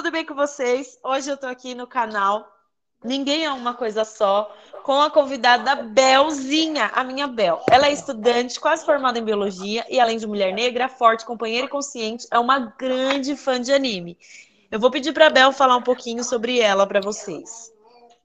tudo bem com vocês? Hoje eu tô aqui no canal Ninguém é uma Coisa Só, com a convidada Belzinha, a minha Bel. Ela é estudante, quase formada em biologia e, além de mulher negra, forte, companheira e consciente, é uma grande fã de anime. Eu vou pedir pra Bel falar um pouquinho sobre ela pra vocês.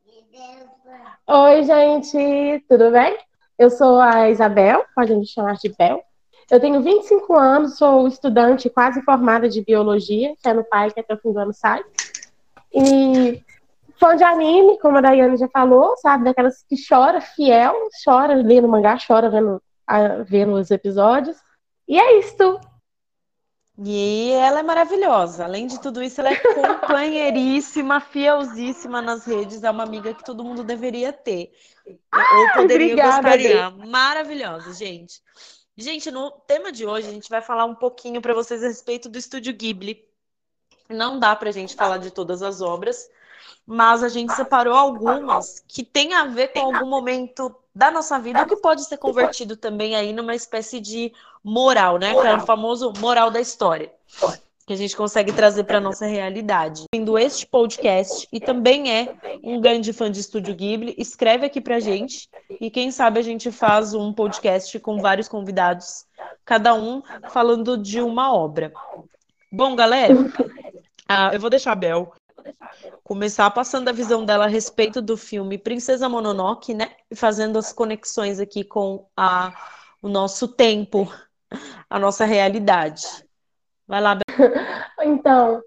Oi, gente, tudo bem? Eu sou a Isabel, pode me chamar de Bel. Eu tenho 25 anos, sou estudante quase formada de biologia, fé no pai que até o fim do ano sai. E fã de anime, como a Daiane já falou, sabe? Daquelas que chora fiel, chora lendo mangá, chora vendo os episódios. E é isto. E ela é maravilhosa. Além de tudo isso, ela é companheiríssima, fielzíssima nas redes. É uma amiga que todo mundo deveria ter. Ou Ai, poderia, obrigada, Dai. gostaria. Maravilhosa, gente. Gente, no tema de hoje, a gente vai falar um pouquinho para vocês a respeito do Estúdio Ghibli. Não dá pra gente falar de todas as obras, mas a gente separou algumas que tem a ver com algum momento da nossa vida, ou que pode ser convertido também aí numa espécie de moral, né? Que é o famoso moral da história, que a gente consegue trazer para nossa realidade. Vindo este podcast e também é um grande fã de Estúdio Ghibli, escreve aqui pra gente e quem sabe a gente faz um podcast com vários convidados, cada um falando de uma obra. Bom, galera, eu vou deixar a Bel começar passando a visão dela a respeito do filme Princesa Mononoke, né? E fazendo as conexões aqui com o nosso tempo, a nossa realidade. Vai lá, Bel. Então,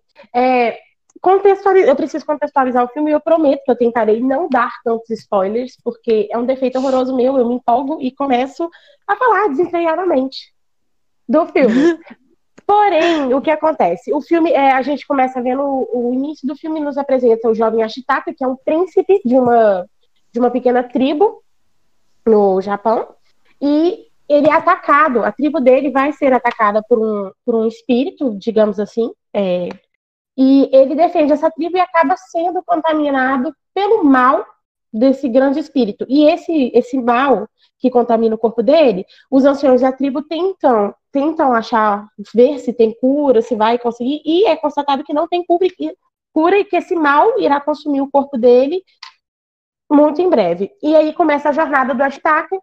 eu preciso contextualizar o filme e eu prometo que eu tentarei não dar tantos spoilers, porque é um defeito horroroso meu, eu me empolgo e começo a falar desenfreadamente do filme. Porém, o que acontece? O filme, a gente começa vendo o início do filme, nos apresenta o jovem Ashitaka, que é um príncipe de uma pequena tribo no Japão, e ele é atacado, a tribo dele vai ser atacada por um espírito, digamos assim, e ele defende essa tribo e acaba sendo contaminado pelo mal desse grande espírito. E esse mal que contamina o corpo dele, os anciões da tribo tentam achar, ver se tem cura, se vai conseguir, e é constatado que não tem cura e que esse mal irá consumir o corpo dele muito em breve. E aí começa a jornada do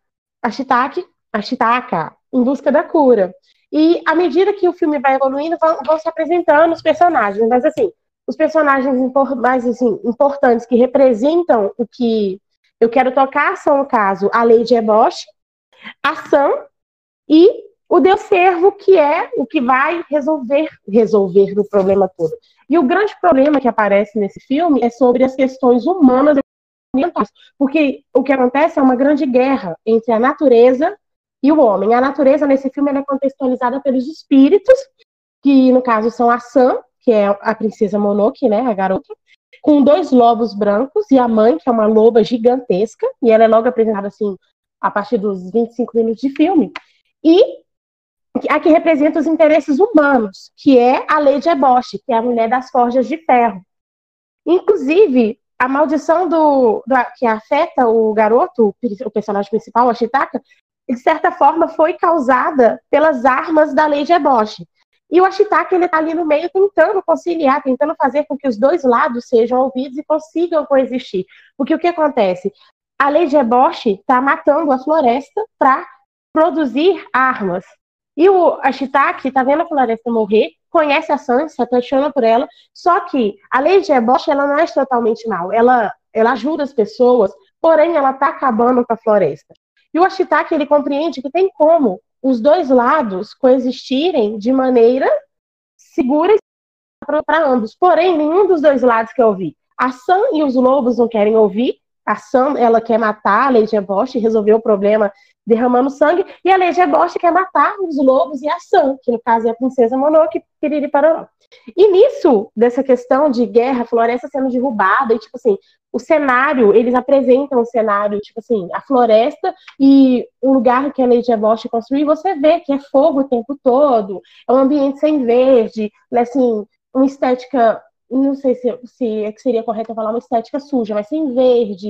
Ashitaka, em busca da cura. E à medida que o filme vai evoluindo, vão se apresentando os personagens. Mas, assim, os personagens mais assim, importantes que representam o que eu quero tocar são, no caso, a Lady Eboshi, a Sam e o Deus Servo, que é o que vai resolver o problema todo. E o grande problema que aparece nesse filme é sobre as questões humanas, porque o que acontece é uma grande guerra entre a natureza e o homem. A natureza, nesse filme, ela é contextualizada pelos espíritos, que no caso são a Sam, que é a princesa Mononoke, né, a garota, com 2 lobos brancos, e a mãe, que é uma loba gigantesca, e ela é logo apresentada assim, a partir dos 25 minutos de filme, e a que representa os interesses humanos, que é a Lady Eboshi, que é a mulher das forjas de ferro. Inclusive, a maldição que afeta o garoto, o personagem principal, a Ashitaka, de certa forma foi causada pelas armas da Lady Eboshi. E o Ashitaka, ele está ali no meio tentando conciliar, tentando fazer com que os dois lados sejam ouvidos e consigam coexistir. Porque o que acontece? A Lady Eboshi está matando a floresta para produzir armas. E o Ashitaka está vendo a floresta morrer, conhece a Sam, se apaixona por ela, só que a Lady Eboshi, ela não é totalmente mal, ela ajuda as pessoas, porém ela está acabando com a floresta. E o Ashitaka, ele compreende que tem como os dois lados coexistirem de maneira segura para ambos, porém nenhum dos dois lados quer ouvir. A Sam e os lobos não querem ouvir, a Sam, ela quer matar a Lady Eboshi, resolver o problema derramando sangue, e a Lady Eboshi quer matar os lobos e a Sam, que no caso é a princesa Mononoke, piriri parará. E nisso, dessa questão de guerra, floresta sendo derrubada, e tipo assim, o cenário, eles apresentam o cenário, tipo assim, a floresta e o lugar que a Lady Eboshi construiu, você vê que é fogo o tempo todo, é um ambiente sem verde, assim, uma estética, não sei se seria correto eu falar uma estética suja, mas sem verde,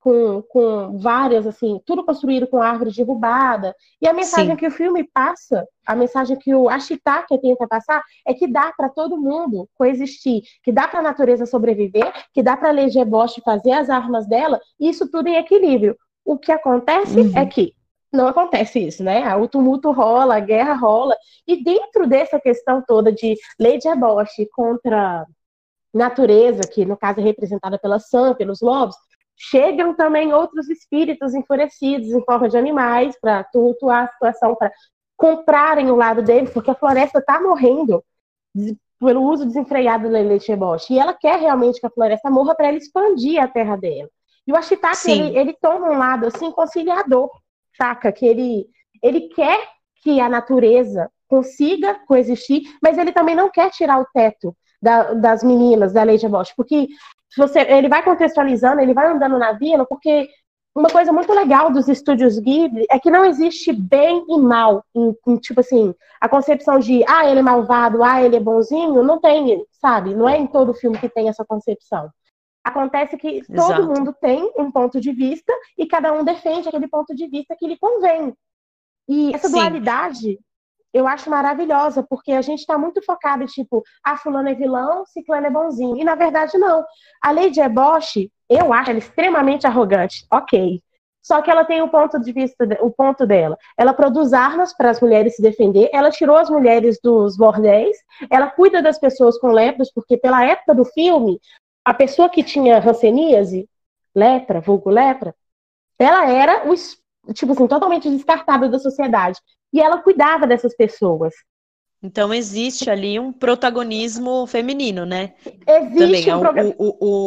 com várias, assim, tudo construído com árvore derrubada. E a mensagem Sim. que o filme passa, a mensagem que o Ashitaka tenta passar, é que dá para todo mundo coexistir, que dá para a natureza sobreviver, que dá para a Lei Bosch fazer as armas dela, e isso tudo em equilíbrio. O que acontece é Uhum. que não acontece isso, né? O tumulto rola, a guerra rola, e dentro dessa questão toda de Lei Bosch contra natureza, que no caso é representada pela Sam, pelos lobos, chegam também outros espíritos enfurecidos em forma de animais para tumultuar a situação, para comprarem o lado deles, porque a floresta está morrendo pelo uso desenfreado da Leite Bosch. E ela quer realmente que a floresta morra para ela expandir a terra dela. E o Ashitaka, Sim. ele toma um lado assim conciliador, saca? Que ele quer que a natureza consiga coexistir, mas ele também não quer tirar o teto das meninas da Leite Bosch, porque ele vai contextualizando, ele vai andando na vila, porque uma coisa muito legal dos estúdios Ghibli é que não existe bem e mal, tipo assim, a concepção de, ele é malvado, ele é bonzinho, não tem, sabe? Não é em todo filme que tem essa concepção. Acontece que todo Exato. mundo tem um ponto de vista e cada um defende aquele ponto de vista que lhe convém. E essa Sim. dualidade eu acho maravilhosa, porque a gente está muito focado, tipo, fulano é vilão, ciclano é bonzinho. E na verdade, não. A Lady Eboshi, eu acho ela extremamente arrogante, ok. Só que ela tem o ponto de vista, o ponto dela. Ela produz armas para as mulheres se defender, ela tirou as mulheres dos bordéis, ela cuida das pessoas com lepras, porque pela época do filme, a pessoa que tinha hanseníase, lepra, vulgo lepra, ela era tipo assim, totalmente descartada da sociedade. E ela cuidava dessas pessoas. Então existe ali um protagonismo feminino, né? Existe Também. um programa.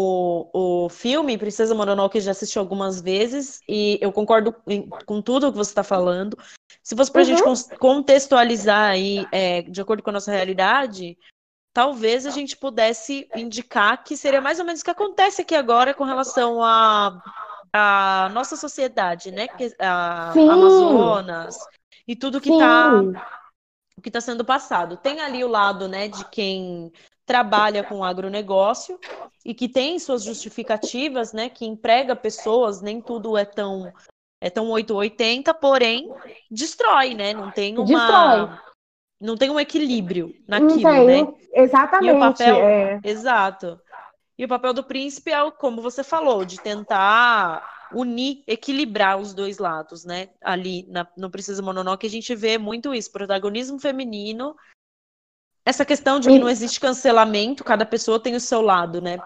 O filme Princesa Mononoke já assisti algumas vezes e eu concordo com tudo que você está falando. Se fosse para a gente Uhum. contextualizar aí, de acordo com a nossa realidade, talvez a gente pudesse indicar que seria mais ou menos o que acontece aqui agora com relação à nossa sociedade, né? A Sim, Amazonas e tudo sim, que está sendo passado. Tem ali o lado, né, de quem trabalha com agronegócio e que tem suas justificativas, né, que emprega pessoas, nem tudo é tão 880, porém destrói, né? destrói. Não tem um equilíbrio Não naquilo, né? tem, E o exatamente. papel, exato. E o papel do príncipe é, como você falou, de tentar unir, equilibrar os dois lados, né? Ali no Princesa Mononoke a gente vê muito isso, protagonismo feminino, essa questão de que não E, existe cancelamento, cada pessoa tem o seu lado, né?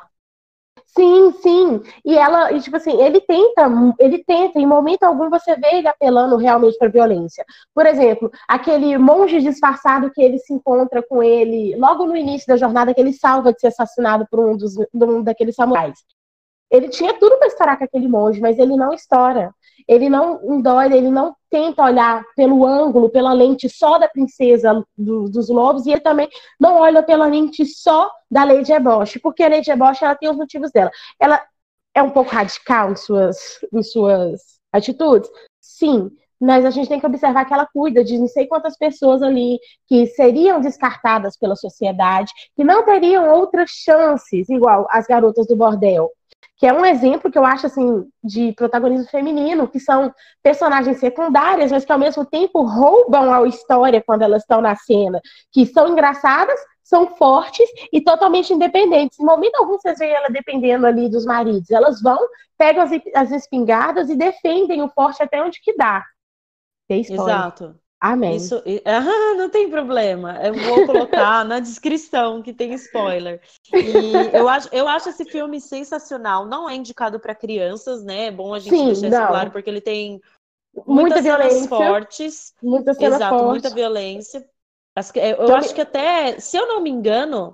sim, sim. E tipo assim, ele tenta, em momento algum você vê ele apelando realmente para violência. Por exemplo, aquele monge disfarçado que ele se encontra com ele logo no início da jornada, que ele salva de ser assassinado por um daqueles samurais. Ele tinha tudo para estourar com aquele monge, mas ele não estoura. Ele não endoida, ele não tenta olhar pelo ângulo, pela lente só da princesa dos lobos, e ele também não olha pela lente só da Lady Ebosh, porque a Lady Ebosh ela tem os motivos dela. Ela é um pouco radical em suas atitudes? Sim, mas a gente tem que observar que ela cuida de não sei quantas pessoas ali que seriam descartadas pela sociedade, que não teriam outras chances, igual as garotas do bordel, que é um exemplo que eu acho assim de protagonismo feminino, que são personagens secundárias, mas que ao mesmo tempo roubam a história quando elas estão na cena, que são engraçadas, são fortes e totalmente independentes. Em momento algum vocês veem ela dependendo ali dos maridos. Elas vão, pegam as espingardas e defendem o forte até onde que dá. Tem spoiler. Exato. Amém. Isso, não tem problema. Eu vou colocar na descrição que tem spoiler. E eu acho esse filme sensacional. Não é indicado para crianças, né? É bom a gente Sim, deixar isso claro, não. porque ele tem Muita muitas cenas violência, fortes. muita cena Exato, forte. muita violência. Eu Já me... acho que até, se eu não me engano,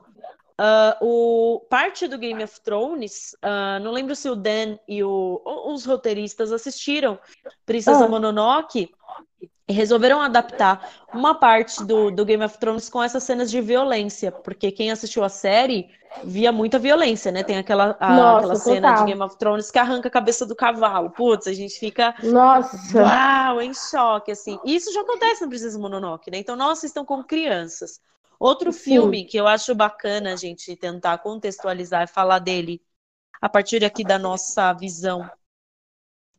parte do Game of Thrones, não lembro se o Dan e os roteiristas assistiram Princesa ah, Mononoke e resolveram adaptar uma parte do Game of Thrones com essas cenas de violência, porque quem assistiu a série via muita violência, né? Tem aquela nossa, cena de total. Game of Thrones que arranca a cabeça do cavalo. Putz, a gente fica, Nossa, uau, em choque, assim. E isso já acontece no Princesa Mononoke, né? Então não assistam com crianças. Outro sim. filme que eu acho bacana a gente tentar contextualizar e falar dele a partir aqui da nossa visão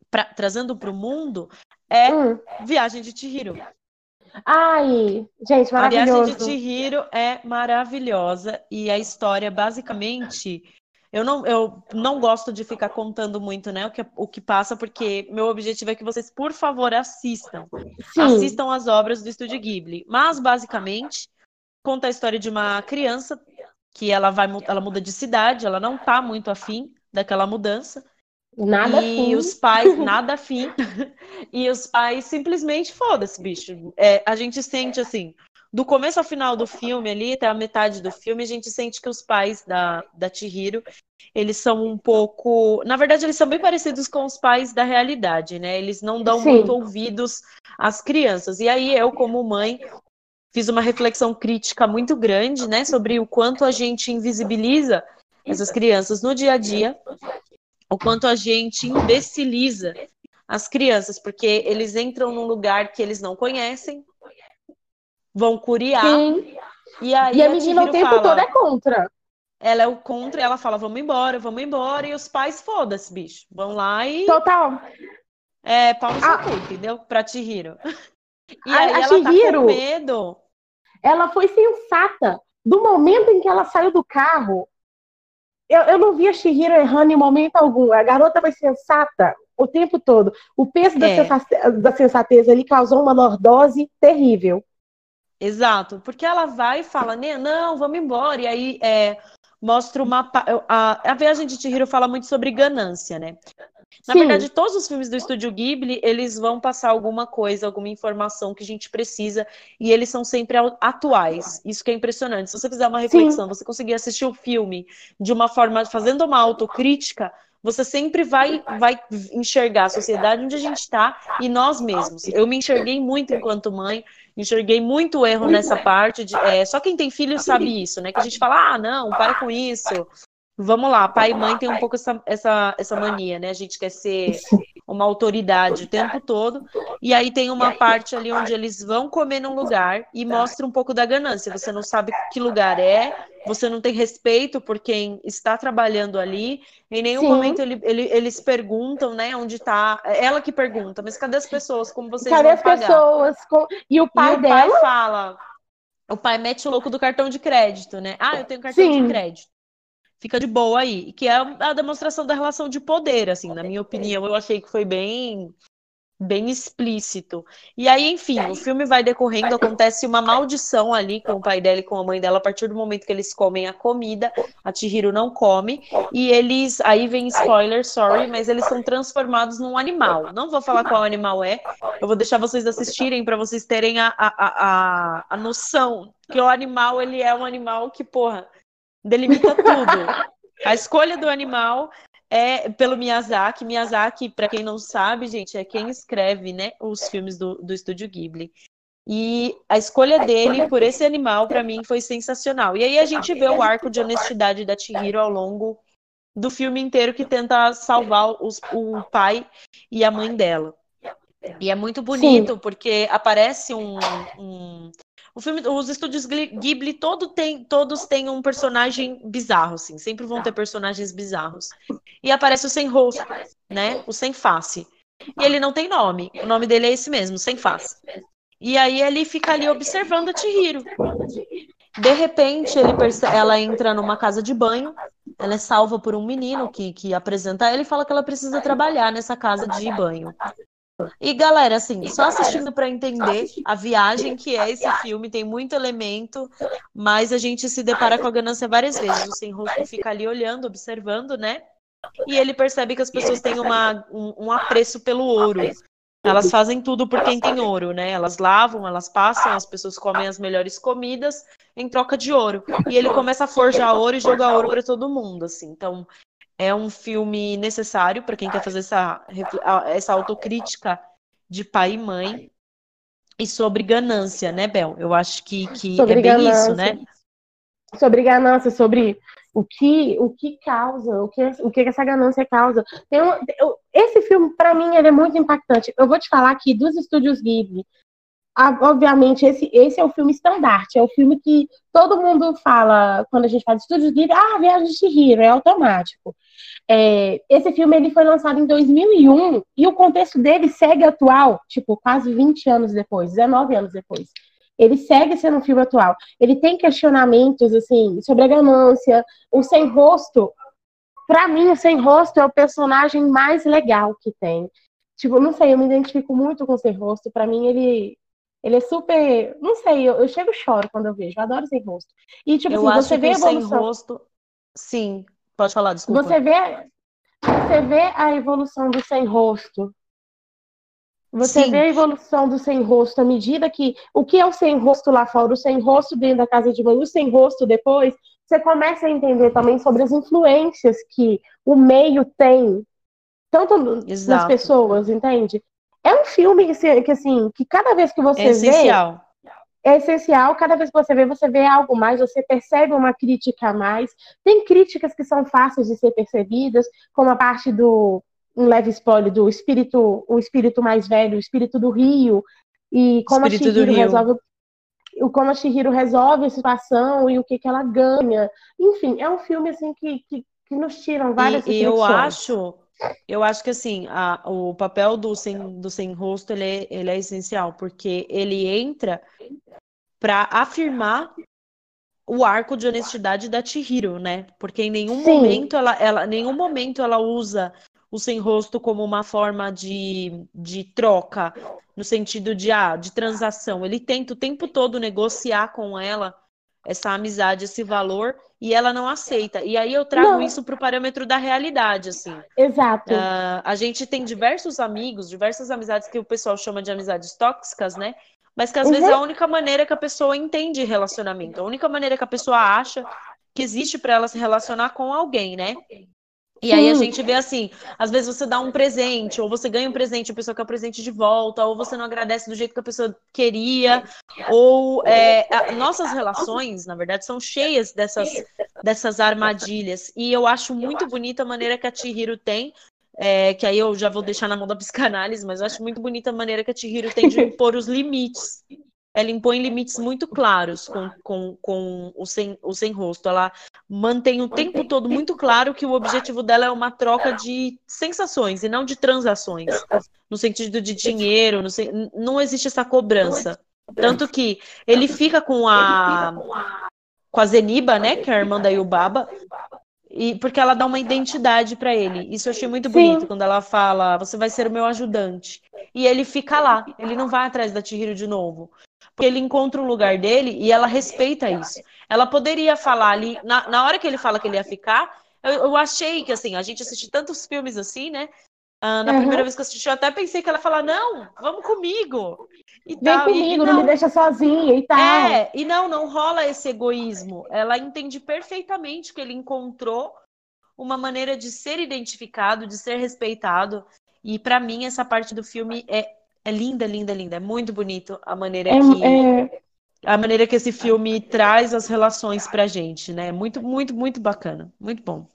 trazendo para o mundo, é Viagem de Chihiro. Ai, gente, A Viagem maravilhoso. de Chihiro é maravilhosa e a história, basicamente, eu não gosto de ficar contando muito, né, o que passa, porque meu objetivo é que vocês, por favor, assistam. Sim, Assistam as obras do Estúdio Ghibli. Mas, basicamente, conta a história de uma criança que ela muda de cidade, ela não tá muito afim daquela mudança. nada E assim. os pais, nada afim, e os pais simplesmente foda-se, bicho. A gente sente assim, do começo ao final do filme ali, até a metade do filme, a gente sente que os pais da Chihiro, eles são um pouco. Na verdade, eles são bem parecidos com os pais da realidade, né? Eles não dão muito Sim, ouvidos às crianças. E aí, eu, como mãe, fiz uma reflexão crítica muito grande, né, sobre o quanto a gente invisibiliza essas crianças no dia a dia, o quanto a gente imbeciliza as crianças, porque eles entram num lugar que eles não conhecem, vão curiar, sim. e E aí a a menina o Chihiro tempo todo é fala, contra. ela é o contra, e ela fala, vamos embora, e os pais, foda-se, bicho, vão lá e Total. pau no A, seu cu, entendeu? Pra Chihiro. E a aí ela tá com Chihiro, medo. ela foi sensata. Do momento em que ela saiu do carro, eu não vi a Chihiro errando em momento algum. A garota foi sensata o tempo todo. O peso É, da sensatez ali causou uma lordose terrível. exato, porque ela vai e fala, né, não, vamos embora, e aí mostra a Viagem de Chihiro fala muito sobre ganância, né? Na Sim, verdade, todos os filmes do Estúdio Ghibli, eles vão passar alguma coisa, alguma informação que a gente precisa, e eles são sempre atuais. Isso que é impressionante. Se você fizer uma sim, reflexão, você conseguir assistir o filme de uma forma, fazendo uma autocrítica, você sempre vai enxergar a sociedade onde a gente está e nós mesmos. Eu me enxerguei muito enquanto mãe, enxerguei muito erro nessa parte. Só quem tem filho sabe isso, né? Que a gente fala, ah, não, para com isso. Vamos lá, pai e mãe tem um pouco essa mania, né? A gente quer ser uma autoridade o tempo todo. E aí tem uma parte ali onde eles vão comer num lugar e mostra um pouco da ganância. Você não sabe que lugar é, você não tem respeito por quem está trabalhando ali. Em nenhum momento sim. eles perguntam, né, onde está. É ela que pergunta, mas cadê as pessoas? Como vocês Cadê vão as pagar? pessoas? E o E pai o pai dela? fala, o pai mete o louco do cartão de crédito, né? Ah, eu tenho cartão de Sim, crédito, fica de boa aí. Que é a demonstração da relação de poder, assim, na minha opinião, eu achei que foi bem explícito. E aí, enfim, o filme vai decorrendo, acontece uma maldição ali com o pai dela e com a mãe dela, a partir do momento que eles comem a comida, a Chihiro não come, e eles, aí vem spoiler, sorry, mas eles são transformados num animal. Não vou falar qual animal é, eu vou deixar vocês assistirem para vocês terem a noção que o animal, ele é um animal que, porra, delimita tudo. A escolha do animal é pelo Miyazaki. Miyazaki, para quem não sabe, gente, é quem escreve, né, os filmes do Estúdio Ghibli. E a escolha dele por esse animal, para mim, foi sensacional. E aí a gente vê o arco de honestidade da Chihiro ao longo do filme inteiro, que tenta salvar o pai e a mãe dela. E é muito sim, bonito, porque aparece o filme, os estúdios Ghibli todos têm um personagem bizarro, assim. Sempre vão ter personagens bizarros. E aparece o sem rosto, né? O sem face. E ele não tem nome. O nome dele é esse mesmo, sem face. E aí ele fica ali observando a Chihiro. De repente, ela entra numa casa de banho. Ela é salva por um menino que apresenta ela e fala que ela precisa trabalhar nessa casa de banho. E galera, assim, só assistindo para entender a viagem que é esse filme, tem muito elemento, mas a gente se depara com a ganância várias vezes. O sem rosto fica ali olhando, observando, né? E ele percebe que as pessoas têm um apreço pelo ouro. Elas fazem tudo por quem tem ouro, né? Elas lavam, elas passam, as pessoas comem as melhores comidas em troca de ouro. E ele começa a forjar ouro e jogar ouro para todo mundo, assim. Então, é um filme necessário para quem quer fazer essa autocrítica de pai e mãe e sobre ganância, né, Bel? Eu acho que é sobre bem isso, ganância. né? Sobre ganância, sobre o que causa, o que essa ganância causa. Esse filme, para mim, ele é muito impactante. Eu vou te falar aqui dos estúdios Ghibli. obviamente, esse é o filme estandarte, é o filme que todo mundo fala, quando a gente fala de Estúdio Ghibli, Viagem de Chihiro, é automático. Esse filme ele foi lançado em 2001 e o contexto dele segue atual, tipo, quase 20 anos depois, 19 anos depois. Ele segue sendo um filme atual. Ele tem questionamentos, assim, sobre a ganância, o sem rosto. Pra mim, o sem rosto é o personagem mais legal que tem. Tipo, não sei, eu me identifico muito com o sem rosto. Pra mim, ele é super. Não sei, eu chego e choro quando eu vejo. Eu adoro sem rosto. E, tipo Eu assim, você acho que vê a o sem evolução. rosto. Sim, pode falar, desculpa. Você vê, você vê a evolução do sem rosto. Você vê Sim, a evolução do sem rosto à medida que. O que é o sem rosto lá fora, o sem rosto dentro da casa de banho, o sem rosto depois. Você começa a entender também sobre as influências que o meio tem nas exato. pessoas, entende? É um filme assim, que cada vez que É você vê, essencial. é essencial, cada vez que você vê algo mais, você percebe uma crítica a mais. Tem críticas que são fáceis de ser percebidas, como a parte do, um leve spoiler, do espírito, o espírito mais velho, o espírito do Rio, e Espírito do Rio. como a Chihiro resolve a situação e o que ela ganha. Enfim, é um filme assim que nos tiram várias E eu reflexões. acho que assim, o papel do sem rosto ele é essencial, porque ele entra para afirmar o arco de honestidade da Chihiro, né? Porque em Sim, nenhum momento ela usa o sem rosto como uma forma de troca, no sentido de transação. Ele tenta o tempo todo negociar com ela essa amizade, esse valor, e ela não aceita. E aí eu trago não, isso para o parâmetro da realidade, assim. exato. A gente tem diversos amigos, diversas amizades que o pessoal chama de amizades tóxicas, né? Mas que às vezes é Uhum, a única maneira que a pessoa entende relacionamento, a única maneira que a pessoa acha que existe para ela se relacionar com alguém, né? E aí a sim, gente vê assim, às vezes você dá um presente, ou você ganha um presente, a pessoa quer o presente de volta, ou você não agradece do jeito que a pessoa queria, ou nossas relações, na verdade, são cheias dessas armadilhas. E eu acho muito bonita a maneira que a Chihiro tem, que aí eu já vou deixar na mão da psicanálise, mas eu acho muito bonita a maneira que a Chihiro tem de impor os limites. Ela impõe limites muito claros com o sem rosto. Ela mantém o tempo todo muito claro que o objetivo dela é uma troca de sensações e não de transações. No sentido de dinheiro, não existe essa cobrança. Tanto que ele fica com a Zeniba, né, que é a irmã da Yubaba, e porque ela dá uma identidade para ele. Isso eu achei muito bonito, sim, quando ela fala, você vai ser o meu ajudante. E ele fica lá, ele não vai atrás da Chihiro de novo. Porque ele encontra o lugar dele e ela respeita isso. Ela poderia falar ali, na hora que ele fala que ele ia ficar, eu achei que, assim, a gente assiste tantos filmes assim, né? Na primeira uhum. vez que eu assisti, eu até pensei que ela ia falar, não, vamos comigo. E Vem tal. E comigo, não me não, deixa sozinha e tal. não rola esse egoísmo. Ela entende perfeitamente que ele encontrou uma maneira de ser identificado, de ser respeitado. E para mim essa parte do filme é linda, linda, linda. É muito bonito É, é, a maneira que esse filme traz as relações pra gente, né? Muito, muito, muito bacana. Muito bom.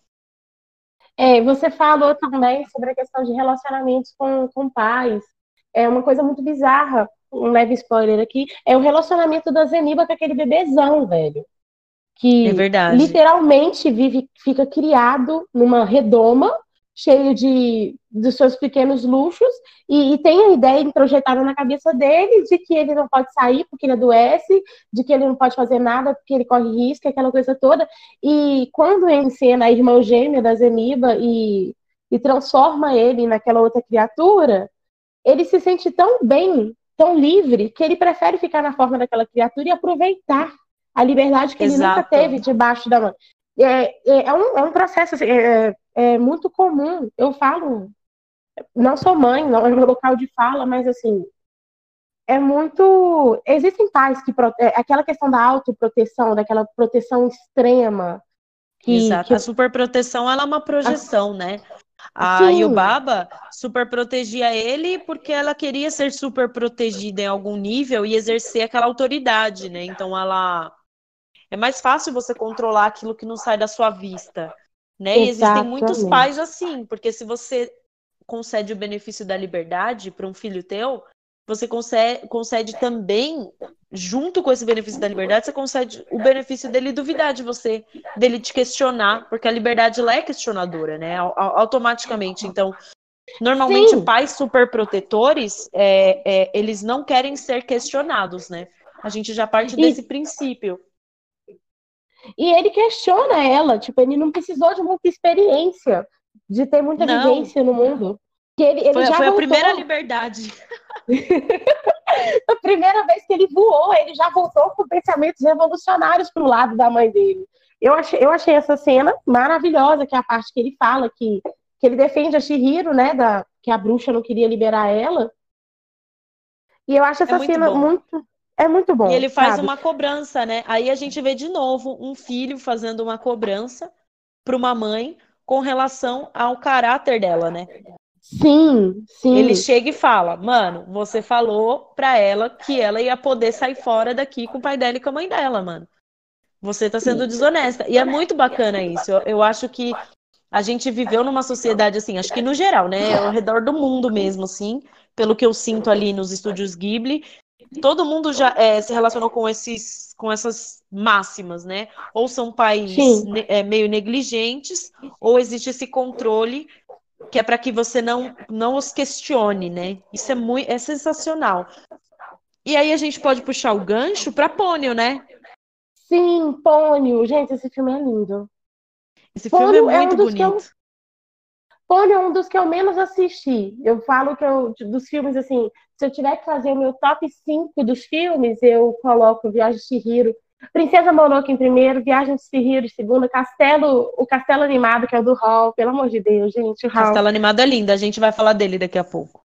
Você falou também sobre a questão de relacionamentos com pais. É uma coisa muito bizarra, um leve spoiler aqui, é o relacionamento da Zeniba com aquele bebezão, velho. É Que verdade. literalmente fica criado numa redoma, cheio dos seus pequenos luxos, e tem a ideia introjetada na cabeça dele de que ele não pode sair porque ele adoece, de que ele não pode fazer nada porque ele corre risco, aquela coisa toda. E quando encena a irmã gêmea da Zeniba e transforma ele naquela outra criatura, ele se sente tão bem, tão livre, que ele prefere ficar na forma daquela criatura e aproveitar a liberdade que ele nunca teve Exato. debaixo da mão. É um processo assim, é muito comum. Eu falo, não sou mãe, não é meu local de fala, mas assim, é muito. Existem pais que. Aquela questão da autoproteção, daquela proteção extrema, Exato. que A superproteção, ela é uma projeção, né? A sim, Yubaba super protegia ele porque ela queria ser super protegida em algum nível e exercer aquela autoridade, né? Então ela é mais fácil você controlar aquilo que não sai da sua vista, né? E existem muitos pais exatamente. assim, porque se você concede o benefício da liberdade para um filho teu, você concede também, junto com esse benefício da liberdade, você concede o benefício dele duvidar de você, dele te questionar, porque a liberdade ela é questionadora, né? Automaticamente. Então, normalmente, Sim, pais superprotetores, eles não querem ser questionados, né? A gente já parte e, desse princípio. e ele questiona ela, tipo, ele não precisou de muita experiência, de ter muita Não, vivência no mundo. Que ele já foi a primeira voltou. liberdade. A primeira vez que ele voou, ele já voltou com pensamentos revolucionários para o lado da mãe dele. Eu achei essa cena maravilhosa, que é a parte que ele fala que ele defende a Chihiro, né, que a bruxa não queria liberar ela. E eu acho É essa muito cena bom. muito E bom, ele faz sabe? uma cobrança, né? Aí a gente vê de novo um filho fazendo uma cobrança para uma mãe com relação ao caráter dela, né? Sim, Ele sim, chega e fala: Mano, você falou pra ela que ela ia poder sair fora daqui com o pai dela e com a mãe dela, mano. Você tá sendo desonesta. E é muito bacana isso. Eu acho que a gente viveu numa sociedade assim, acho que no geral, né? Ao redor do mundo mesmo, assim, pelo que eu sinto ali nos estúdios Ghibli, todo mundo já se relacionou com essas máximas, né? Ou são pais sim. meio negligentes, ou existe esse controle que é para que você não os questione, né? Isso é sensacional. E aí a gente pode puxar o gancho para Pônio, né? Sim, Pônio. Gente, esse filme é lindo. Esse filme é Pônio é um muito dos que eu bonito. Pônio é um dos que eu menos assisti. Eu falo que dos filmes, assim, se eu tiver que fazer o meu top 5 dos filmes, eu coloco Viagem de Chihiro, Princesa Mononoke em primeiro, Viagem de Chihiro em segundo, o Castelo Animado, que é o do Hall, pelo amor de Deus, gente, o Hall. Castelo Animado é lindo, a gente vai falar dele daqui a pouco.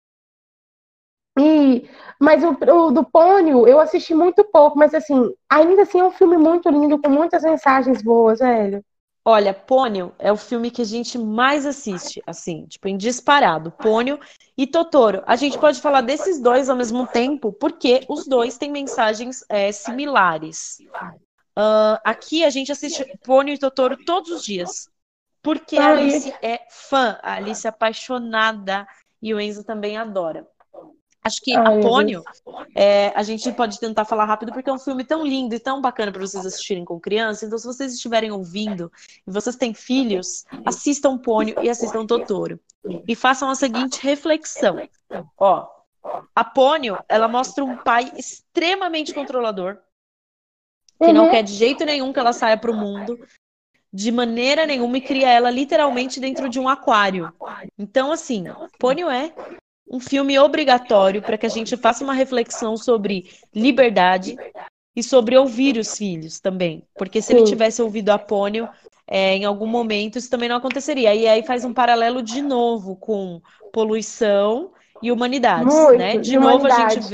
E, mas o do Pônio eu assisti muito pouco, mas assim, ainda assim é um filme muito lindo, com muitas mensagens boas, velho. Olha, Pônio é o filme que a gente mais assiste, assim, tipo, em disparado. Pônio e Totoro. A gente pode falar desses dois ao mesmo tempo, porque os dois têm mensagens similares. Aqui a gente assiste Pônio e Totoro todos os dias, porque a Ai, Alice é fã, a Alice é apaixonada e o Enzo também adora. Acho que a ai, meu Deus. Pônio, a gente pode tentar falar rápido porque é um filme tão lindo e tão bacana para vocês assistirem com criança. Então, se vocês estiverem ouvindo e vocês têm filhos, assistam Pônio e assistam Totoro. E façam a seguinte reflexão. Ó, a Pônio, ela mostra um pai extremamente controlador, que não Uhum. quer de jeito nenhum que ela saia para o mundo, de maneira nenhuma, e cria ela literalmente dentro de um aquário. Então, assim, Pônio é um filme obrigatório para que a gente faça uma reflexão sobre liberdade e sobre ouvir os filhos também. Porque se ele Sim, tivesse ouvido a Pônio, em algum momento isso também não aconteceria. E aí faz um paralelo de novo com poluição e humanidades, né? muito, De de novo humanidade.